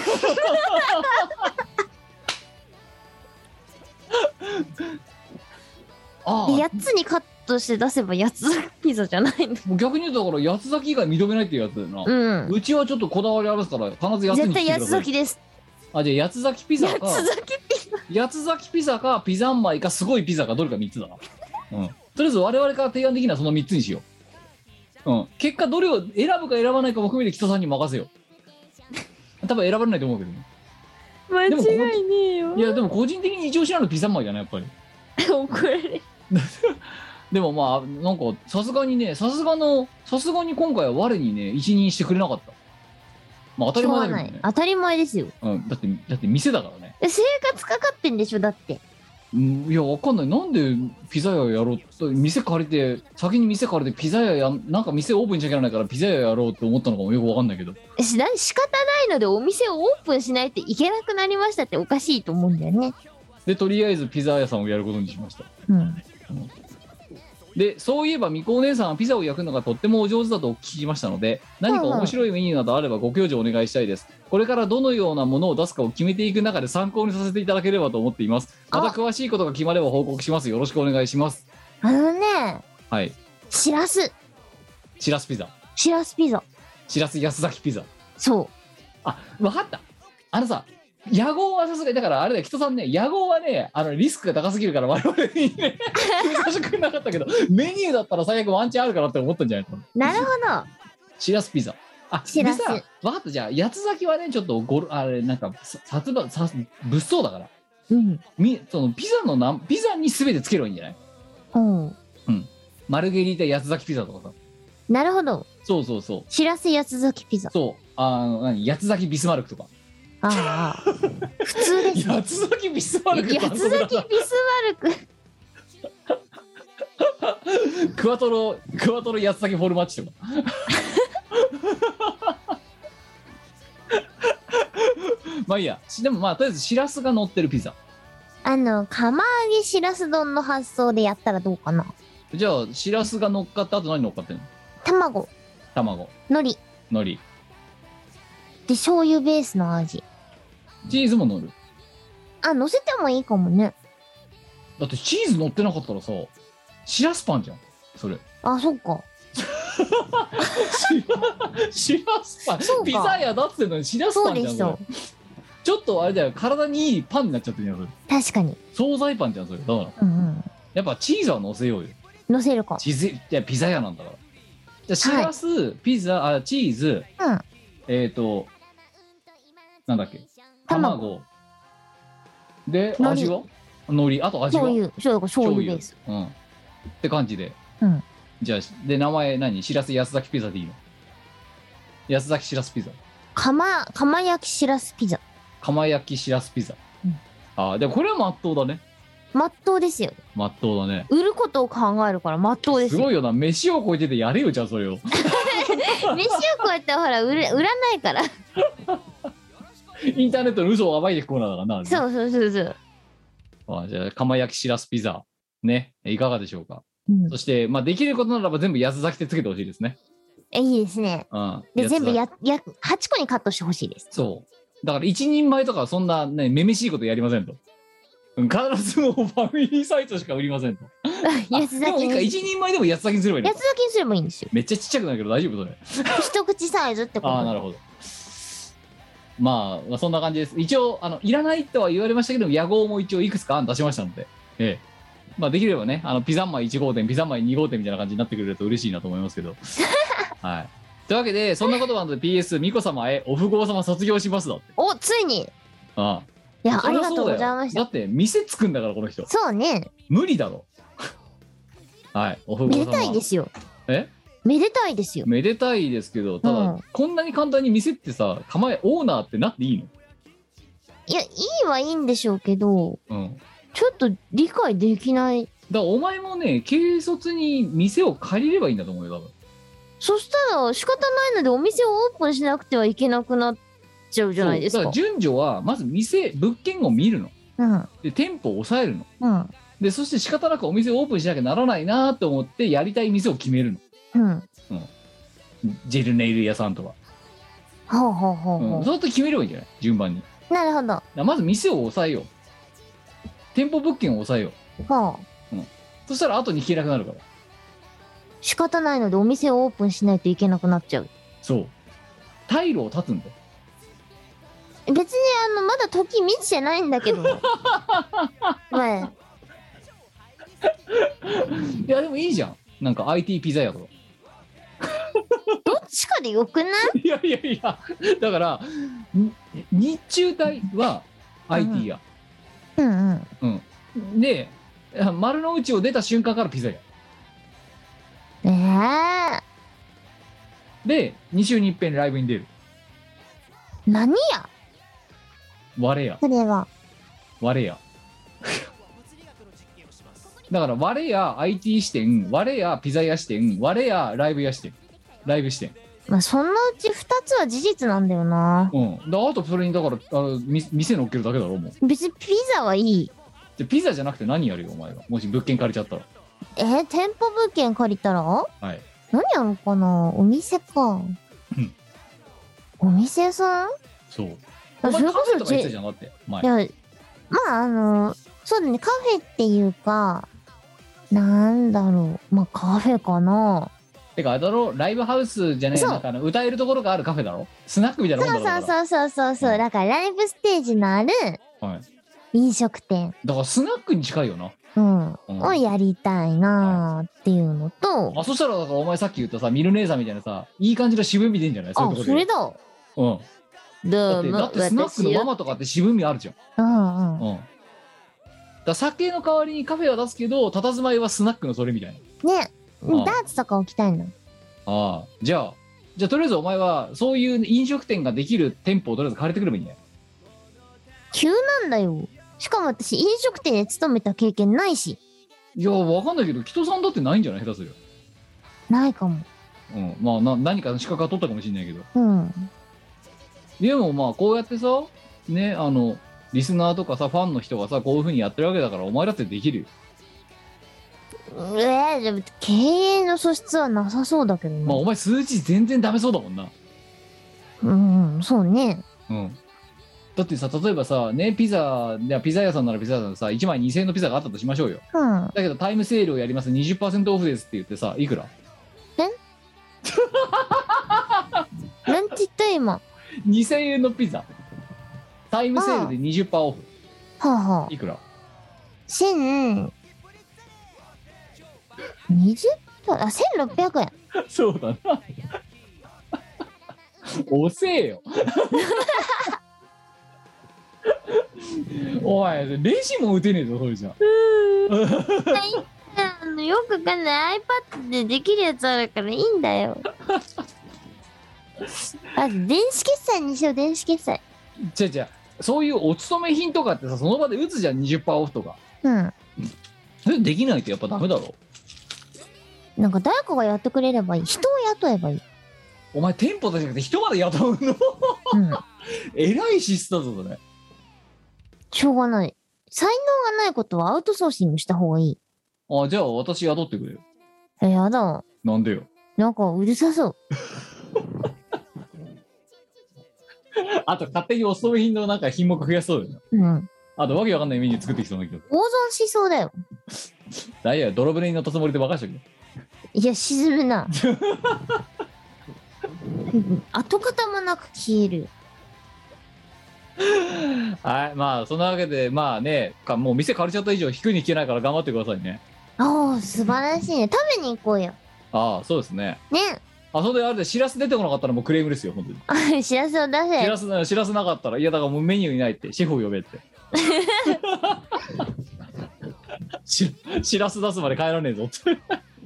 ああやつにカットして出せば八つ咲きピザじゃないの。 もう逆に言うとだから八つ咲き以外認めないっていうやつだよな。 うん。 うちはちょっとこだわりあるから必ず八つに絶対八つしてください。 咲きです。 あじゃあ八つ咲きピザ八かつ咲きピザ。 八つ咲きピザかピザンマイかすごいピザかどれかみっつだな。うん。とりあえず我々から提案できるのはそのみっつにしよう。うん。結果どれを選ぶか選ばないかも含めて北さんに任せよう。多分選ばれないと思うけどね。 間違でもこいねえよ。 いやでも個人的に一押しなのピザンマイだなやっぱり。 怒られる。 でもまあなんかさすがにねさすがのさすがに今回は我にね一任してくれなかった。まあ当たり前だけどね。 当たり前ですよ。 うん。だってだって店だからね。 生活かかってんでしょだって。 うんいやわかんないなんでピザ屋やろう店借りて先に店借りてピザ屋やなんか店オープンしなきゃいけないからピザ屋やろうって思ったのかもよくわかんないけど。 えしな仕方ないのでお店をオープンしないといけなくなりましたっておかしいと思うんだよね。 でとりあえずピザ屋さんをやることにしました。 うん。 でそういえばみこお姉さんはピザを焼くのがとってもお上手だと聞きましたので何か面白いメニューなどあればご教授お願いしたいです。これからどのようなものを出すかを決めていく中で参考にさせていただければと思っています。また詳しいことが決まれば報告します。よろしくお願いします。 あのね、 はい。 しらす。 しらすピザしらすピザ。 しらす安崎ピザ。 そう。 あ分かった。あのさ野号はさすがにだからあれだよ人さんね野号はねあのリスクが高すぎるから我々にね難しくなかったけどメニューだったら最悪ワンチャンあるかなって思ったんじゃないの。 なるほど。 しらすピザ。あしらすでさ分かったじゃあ八つ咲きはねちょっとゴルあれなんかさ殺伐さ物騒だからうん。 みそのピザのなピザに全てつければいいんじゃない。 うん。 マルゲリータ八つ咲きピザとかさ。 なるほど。 そうそうそうしらす八つ咲きピザ。 そうあの何八つ咲きビスマルクとか。 ああ。普通ですね。 八つ咲きビスマルク八つ咲きビスマルク。 クワトロクワトロ八つ咲きフォルマッチとかまあいいやでもまあとりあえずしらすが乗ってるピザ。 あの、釜揚げしらす丼の発想でやったらどうかな。 じゃあしらすが乗っかってあと何乗っかってんの。 卵、 卵海苔、 海苔で醤油ベースの味。 チーズも乗る。 あ、乗せてもいいかもね。 だってチーズ乗ってなかったらさしらすパンじゃんそれ。 あ、そっか。 しらしらすパンそうかピザ屋だっつってんのにしらすパンじゃんそうでしょそれ。 ちょっとあれだよ、体にいいパンになっちゃってるじゃんそれ。 確かに。 惣菜パンじゃんそれ。だからうんうん。 やっぱチーズは乗せようよ。 乗せるか。 チーズいやピザ屋なんだから。じゃあしらす、ピザ、あチーズ、 うん。 えっ、ー、となんだっけ、 卵卵で海苔味は海苔、あと味は醤油、醤油、醤油ベース。 うんって感じで、 うん。 じゃあで名前何、しらす安崎ピザでいいの？安崎しらすピザ、 釜、釜焼きしらすピザ。 釜焼きしらすピザ、 うん、 ああでもこれはまっとうだね。 まっとうですよ。 まっとうだね。 売ることを考えるからまっとうですよ。 すごいよな、飯を超えててやれよじゃあそれを。 飯をこうやってほら売れ売らないから。 インターネットの嘘を暴いていくコーナーだからな。 そうそうそうそう。 あじゃあ釜焼きしらすピザね、いかがでしょうか。 うん、 そして、まあ、できることならば全部安崎ってつけてほしいですね。 えいいですね。 うん、 で全部やややはちこにカットしてほしいです。 そうだから一人前とかそんなねめめしいことやりませんと。うん、必ずもうファミリーサイズしか売りませんと。 安でもいいか、 崎に一人前でも安崎にすればいいのか。 安崎にすればいいんですよ。 めっちゃちっちゃくないけど大丈夫それ。 一口サイズってこと。 ああなるほど。まあ、まあそんな感じです。一応あのいらないとは言われましたけど屋号も一応いくつか案出しましたので、ええ、まあできればね、あのピザンマイいち号店ピザンマイに号店みたいな感じになってくれると嬉しいなと思いますけど。はい。というわけでそんなことなので ピーエス ミコ様へお富豪様卒業しますだって。 おついに。 ああいやありがとうそりゃそうだよございました。 だって店つくんだからこの人。 そうね。 無理だろ。はいお富豪様。 めでたいですよ。 えめでたいですよ。 めでたいですけど、ただ、 うんこんなに簡単に店ってさ構えオーナーってなっていいの？ いやいいはいいんでしょうけど、 うんちょっと理解できない。 だからお前もね軽率に店を借りればいいんだと思うよ多分。 そしたら仕方ないのでお店をオープンしなくてはいけなくなっちゃうじゃないですか。 そうだから順序はまず店物件を見るのうんで店舗を抑えるのうんで、そして仕方なくお店をオープンしなきゃならないなと思ってやりたい店を決めるの。 うんジェルネイル屋さんとか、 ほうほうほううん、 ほう、 そうやって決めればいいんじゃない順番に。だかなるほど。 らまず店を抑えよう、店舗物件を抑えよう。 ほうそしたら後に引けなくなるから。 仕方ないのでお店をオープンしないといけなくなっちゃう。 そう退路を断つんだよ。 別にあのまだ時満ちてないんだけどまあいやでもいいじゃん、なんか アイティー ピザ屋とか。 どっちかでよくない？ いやいやいやだからに日中帯は アイティー 屋、 うんうんうん、で丸の内を出た瞬間からピザ屋ええでに週に一遍ライブに出るー、何や我やそれは。 我やだから我や アイティー 支店、我やピザ屋支店、我やライブ屋支店、ライブ支店。 まあそのうちふたつは事実なんだよな。 うん。だあとそれにだからあのみ店乗っけるだけだろもう。 別にピザはいい。 でピザじゃなくて何やるよお前が。もし物件借りちゃったら。 えー、店舗物件借りたらはい。 何やろうかな。お店かうんお店屋さん。 そう。 あお前カフェとか言ってたじじゃんだって前。 いやまああのそうだね、カフェっていうかなんだろう、まあカフェかな。 てかあれだろ、ライブハウスじゃねえ、 そうなんかあの歌えるところがあるカフェだろ、スナックみたいなもんだろ。 そうそうそうそうそう、 うんだからライブステージのあるう。はい。 飲食店、 だからスナックに近いよな。 うんうんをやりたいなーっていうのと、 あそしたらだからお前さっき言ったさミル姉さんみたいなさいい感じの渋み出んじゃない？そういうあところで。 それだ。 うん。だってどうもだってスナックのマ私マとかって渋みあるじゃん。 うんうんうん。だから酒の代わりにカフェは出すけど佇まいはスナックのそれみたいな。 ね、 ああダーツとか置きたいの。 ああ、じゃあじゃあとりあえずお前はそういう飲食店ができる店舗をとりあえず借りてくればいいんだよ。 急なんだよ。しかも私飲食店で勤めた経験ないし。 いやわかんないけど木戸さんだってないんじゃない？下手するよ。 ないかも。 うん。まあな何かの資格は取ったかもしれないけど。 うんでもまあこうやってさね、あのリスナーとかさファンの人がさこういう風にやってるわけだからお前だってできるよ。 えー、でも経営の素質はなさそうだけどね。 まあお前数字全然ダメそうだもんな。 うんうん、そうね。 うん。だってさ例えばさねピザいやピザ屋さんならピザ屋さんでさいちまいにせんえんのピザがあったとしましょうよ。 うんだけどタイムセールをやります にじゅっパーセント オフですって言ってさいくら？ なんて言った今。 にせんえんのピザタイムセールで にじゅっパーセント オフ。 はあはあ。 いくら？ せん、にじゅっパーセント、あ、せんろっぴゃくえん。 そうだな。遅えよ。お前レジも打てねえぞそれじゃ。 あのよくわかんない iPad でできるやつあるからいいんだよ。あ、電子決済にしよう、電子決済。 じゃじゃそういうお勤め品とかってさ、その場で打つじゃん にじゅっパーセント オフとか。 うん。 それできないとやっぱダメだろ。 なんか誰かがやってくれればいい。人を雇えばいい。 お前店舗じゃなくて人まで雇うの？ うん。 えらいシスだぞそれ。 しょうがない。才能がないことはアウトソーシングした方がいい。 あ、じゃあ私雇ってくれよ。 え、やだ。 なんでよ。 なんかうるさそう。 あと勝手にお勤め品のなんか品目増やしそうだよな。 うん。 あとわけわかんないメニュー作ってきそうだけど。 大損しそうだよ。 大丈夫、泥船に乗ったつもりで任しとけ。 いや、沈むな。跡形もなく消える。 はい、まあそんなわけでまあねか、もう店借りちゃった以上引くに引けないから頑張ってくださいね。 ああ、素晴らしいね。食べに行こうよ。 ああ、そうですね。 ね。 あ、それであれでしらす出てこなかったらもうクレームですよ本当に。 あ、しらすを出せ。 しらすしらすなかったら、いやだからもうメニューにないってシェフを呼べってし, しらす出すまで帰らねえぞって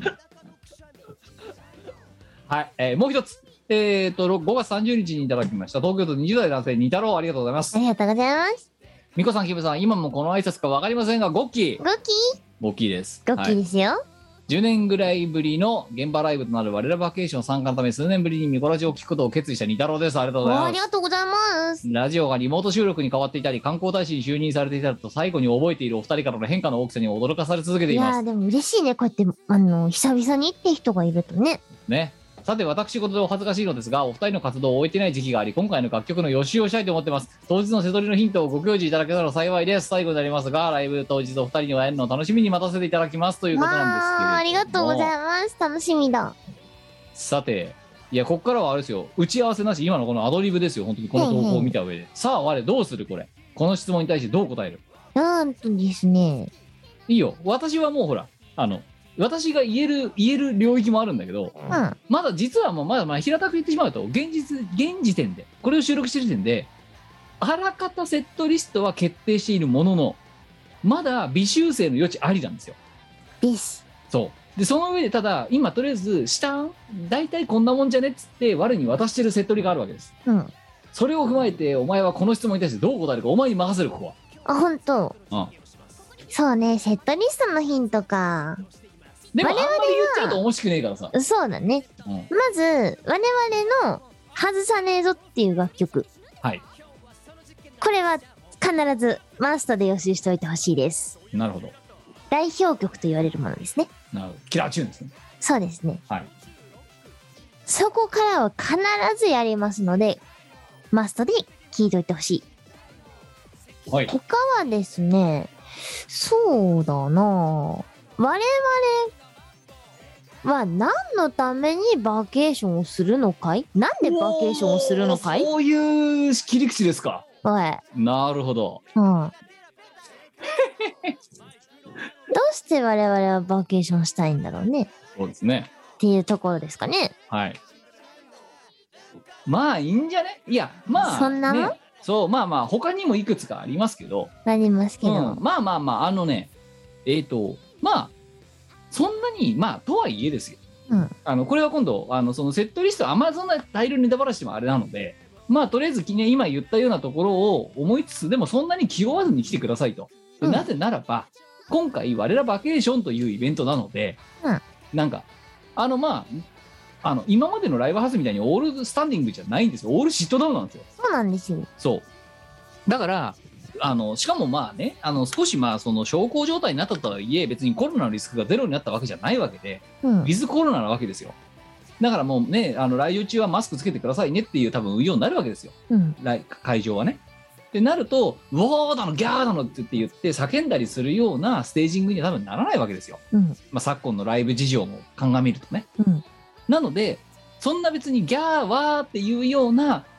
はい、えー、もう一つ、えーとごがつさんじゅうにちにいただきました東京都にじゅう代男性に太郎、ありがとうございます。 ありがとうございます。 みこさん、キムさん、今もこの挨拶か分かりませんがゴッキーゴッキーゴッキーです。 ゴッキーですよ、はい、 じゅうねんぐらいぶりの現場ライブとなる我らバケーション参加のため数年ぶりにミコラジを聞くことを決意した二太郎です。ありがとうございます。 ありがとうございます。 ラジオがリモート収録に変わっていたり観光大使に就任されていたりと最後に覚えているお二人からの変化の大きさに驚かされ続けています。 いやーでも嬉しいね、こうやってあの久々にって人がいるとね。 ね。さて私事でお恥ずかしいのですがお二人の活動を終えてない時期があり今回の楽曲の予習をしたいと思ってます。当日の瀬取りのヒントをご教示いただけたら幸いです。最後になりますがライブ当日お二人に会えるのを楽しみに待たせていただきますということなんですけれども、 あーありがとうございます。楽しみだ。 さていやここからはあれですよ、打ち合わせなし今のこのアドリブですよ。本当にこの投稿を見た上で、さあ我どうするこれこの質問に対してどう答える。 なんとですね、 いいよ、私はもうほらあの私が言える言える領域もあるんだけど、 うん、 まだ実はもうまだまあ平たく言ってしまうと現実現時点でこれを収録してる時点であらかたセットリストは決定しているもののまだ微修正の余地ありなんですよ。 です。 そうでその上でただ今とりあえず下大体こんなもんじゃねっつって我に渡してるセットリがあるわけです。 うん。 それを踏まえてお前はこの質問に対してどう答えるかお前に任せる。ここはあ、本当。 うん。 そうね、セットリストのヒントか。 でもあんまり言っちゃうと面白くねえからさ。 そうだね、うん、まず我々の外さねえぞっていう楽曲、 はい、 これは必ずマストで予習しておいてほしいです。 なるほど。 代表曲と言われるものですね。 なるほど。キラーチューンですね。 そうですね、 はい、 そこからは必ずやりますのでマストで聴いておいてほしい。はい。他はですね、そうだな、我々は何のためにバケーションをするのかい？なんでバケーションをするのかい？ そういう切り口ですか。 おい。 なるほど。 うん。どうして我々はバケーションしたいんだろうね。 そうですね。 っていうところですかね。 はい。まあいいんじゃね？いやまあ、ね、 そんなの？ そうまあまあ他にもいくつかありますけど。 ありますけど。 うん、まあまあまああのねえっ、ー、とまあ。そんなにまあとはいえですよ、うん、あのこれは今度あのそのセットリストあんまりそんな大量にネタバラしてもあれなのでまあとりあえず、ね、今言ったようなところを思いつつでもそんなに気負わずに来てくださいと、うん、なぜならば今回我らバケーションというイベントなので、うん、なんかあのまああの今までのライブハウスみたいにオールスタンディングじゃないんですよ。オールシットダウンなんですよ。 そうなんですよ。 そうだからあのしかもまあねあの少しまあその小康状態になったとはいえ別にコロナのリスクがゼロになったわけじゃないわけで、うん、ウィズコロナなわけですよ。だからもうねあの来場中はマスクつけてくださいねっていう多分運用になるわけですよ、うん、来会場はね。ってなるとウォーだのギャーだのって言って叫んだりするようなステージングには多分ならないわけですよ、うんまあ、昨今のライブ事情も鑑みるとね、うん、なのでそんな別にギャーワーっていうような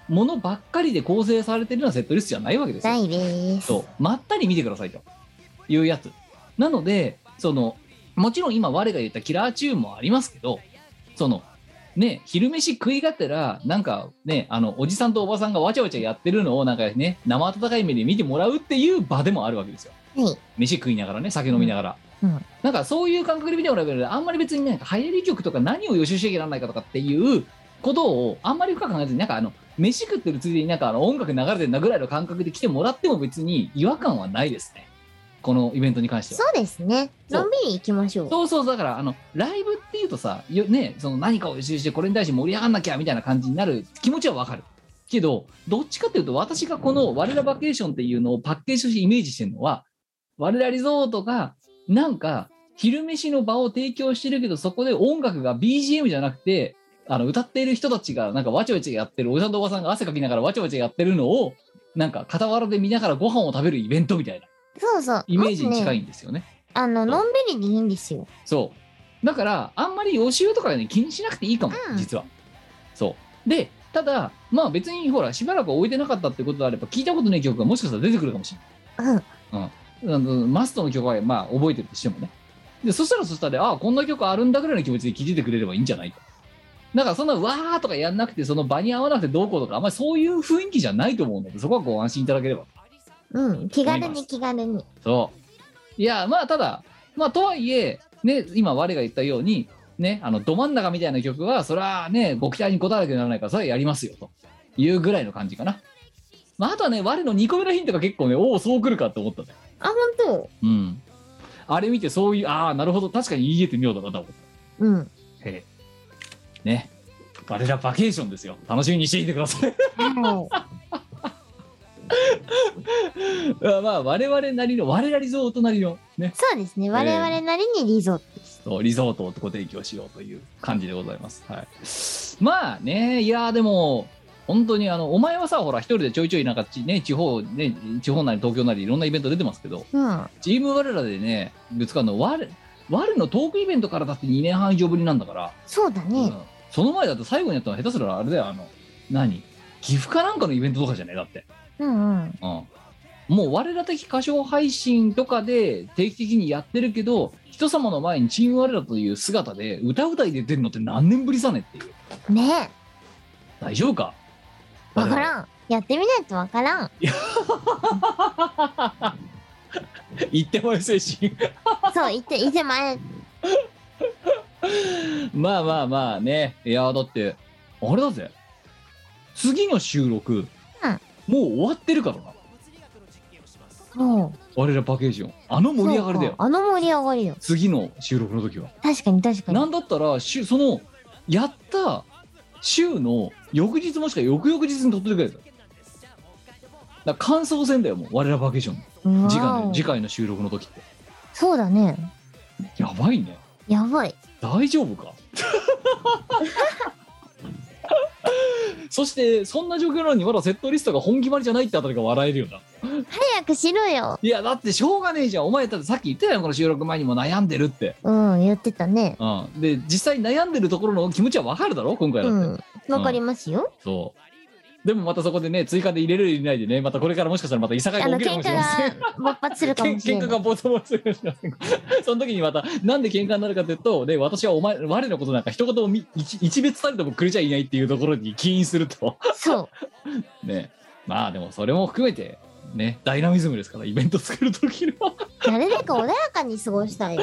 ものばっかりで構成されてるようなセットリストじゃないわけですよ。 ないです。 そうまったり見てくださいというやつなので、そのもちろん今我が言ったキラーチューンもありますけど、そのね、昼飯食いがてらなんかね、あのおじさんとおばさんがわちゃわちゃやってるのをなんかね、生温かい目で見てもらうっていう場でもあるわけですよ。 はい。 飯食いながらね、酒飲みながら、 うんうん、 なんかそういう感覚で見てもらうけど、あんまり別になんか流行り曲とか何を予習しなきゃならないかとかっていうことをあんまり深く考えずに、なんかあの飯食ってるついでになんかあの音楽流れてるなぐらいの感覚で来てもらっても別に違和感はないですね、このイベントに関しては。 そうですね。のんびり行きましょう。 そうそう、だからあのライブっていうとさ、よね、その何かを予習してこれに対して盛り上がんなきゃみたいな感じになる気持ちはわかるけど、どっちかっていうと私がこの我らバケーションっていうのをパッケージとしてイメージしてるのは、我らリゾートがなんか昼飯の場を提供してるけど、そこで音楽が ビージーエム じゃなくて、あの歌っている人たちがなんかわちゃわちゃやってる、おじさんとおばさんが汗かきながらわちゃわちゃやってるのをなんか傍らで見ながらご飯を食べるイベントみたいなそうそう。 イメージに近いね、 んですよね。 あの、のんびりでいいんですよ。 そうだからあんまり予習とかね気にしなくていいかも、 うん、 実は。そうで、ただまあ別にほらしばらく置いてなかったってことであれば、聞いたことない曲がもしかしたら出てくるかもしれない。 うん。 うんあのマストの曲はまあ覚えてるとしてもね。でそしたらそしたらああこんな曲あるんだぐらいの気持ちで聴いててくれればいいんじゃないと。だからそんなわーとかやんなくて、その場に合わなくてどうこうとかあんまりそういう雰囲気じゃないと思うので、そこはご安心いただければ。 うん、気軽に気軽に。 そういやまあただまあとはいえね、今我が言ったようにね、あのど真ん中みたいな曲はそれはねご期待に応えなきゃならないからそれはやりますよというぐらいの感じかな。まああとはね、我のにこめのヒントが結構ね、おおそうくるかって思ったね。 あ、本当。 うん。あれ見てそういう、ああなるほど確かに イーエー って妙だなと思った。 うん。 へえね、我らバケーションですよ。楽しみにしていてください。まあ我々なりの、我らリゾートなりのね。 そうですね。我々なりにリゾートです。 そうリゾートをご提供しようという感じでございます。はい。まあね、いやでも本当にあのお前はさ、ほら一人でちょいちょいなんかちね地方ね地方なり東京なりいろんなイベント出てますけど、 うん、 チーム我らでねぶつかるの我我のトークイベントからだってにねんはん以上ぶりなんだから。 そうだね。 うん、その前だと最後にやったのは下手すらあれだよ、あの何岐阜かなんかのイベントとかじゃねえだって。 うんうん。 うん。もう我ら的歌唱配信とかで定期的にやってるけど、人様の前にチーム我らという姿で歌うたいで出るのって何年ぶりさねっていう。 ねえ。大丈夫か。 わからん。やってみないとわからん。 言ってもらう精神。 そう言って言ってまえ。 まあまあまあね。いやだってあれだぜ。次の収録、うん、もう終わってるからな。 うん、 我らバケーションあの盛り上がりだよ。 あの盛り上がりよ。 次の収録の時は確かに確かに。 なんだったらしそのやった週の翌日もしくは翌々日に撮ってるくらいだよ。だから感想戦だよ、もう我らバケーション次回の次回の収録の時って。 そうだね。 やばいね。 やばい。 大丈夫か。そしてそんな状況なのにまだセットリストが本決まりじゃないってあたりが笑えるよな。 早くしろよ。 いやだってしょうがねえじゃん。お前だってさっき言ってたよ、この収録前にも悩んでるって。 うん言ってたね。 うん、で実際悩んでるところの気持ちは分かるだろ今回だって。 うん、分かりますよ、 うん、そうでもまたそこでね追加で入れる入れないでね、またこれからもしかしたらまたいさかいが起きるかもしれません。 喧嘩が勃発するかもしれない。 喧嘩が勃発するかもしれません。その時にまたなんで喧嘩になるかというと、で私はお前我のことなんか一言も一一別たりともくれちゃいないっていうところに起因するとそうね。まあでもそれも含めてねダイナミズムですから、イベント作る時のなるべく穏やかに過ごしたい。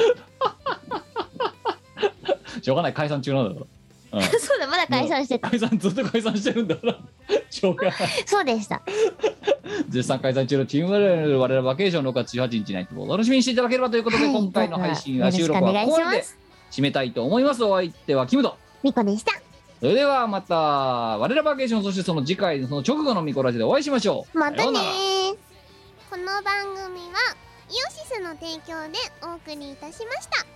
しょうがない、解散中なんだから。うん、 そうだ、まだ解散してた。 解散ずっと解散してるんだからしょうがない。 そうでした。 絶賛開催中のチーム我々我々バケーションろくがつじゅうはちにちナイトをお楽しみにしていただければということで、はい、今回の配信は収録はここまで締めたいと思います。お相手はキムとミコでした。 それではまた我らバケーション、そしてその次回その直後のミコラジでお会いしましょう。 またね。 この番組はイオシスの提供でお送りいたしました。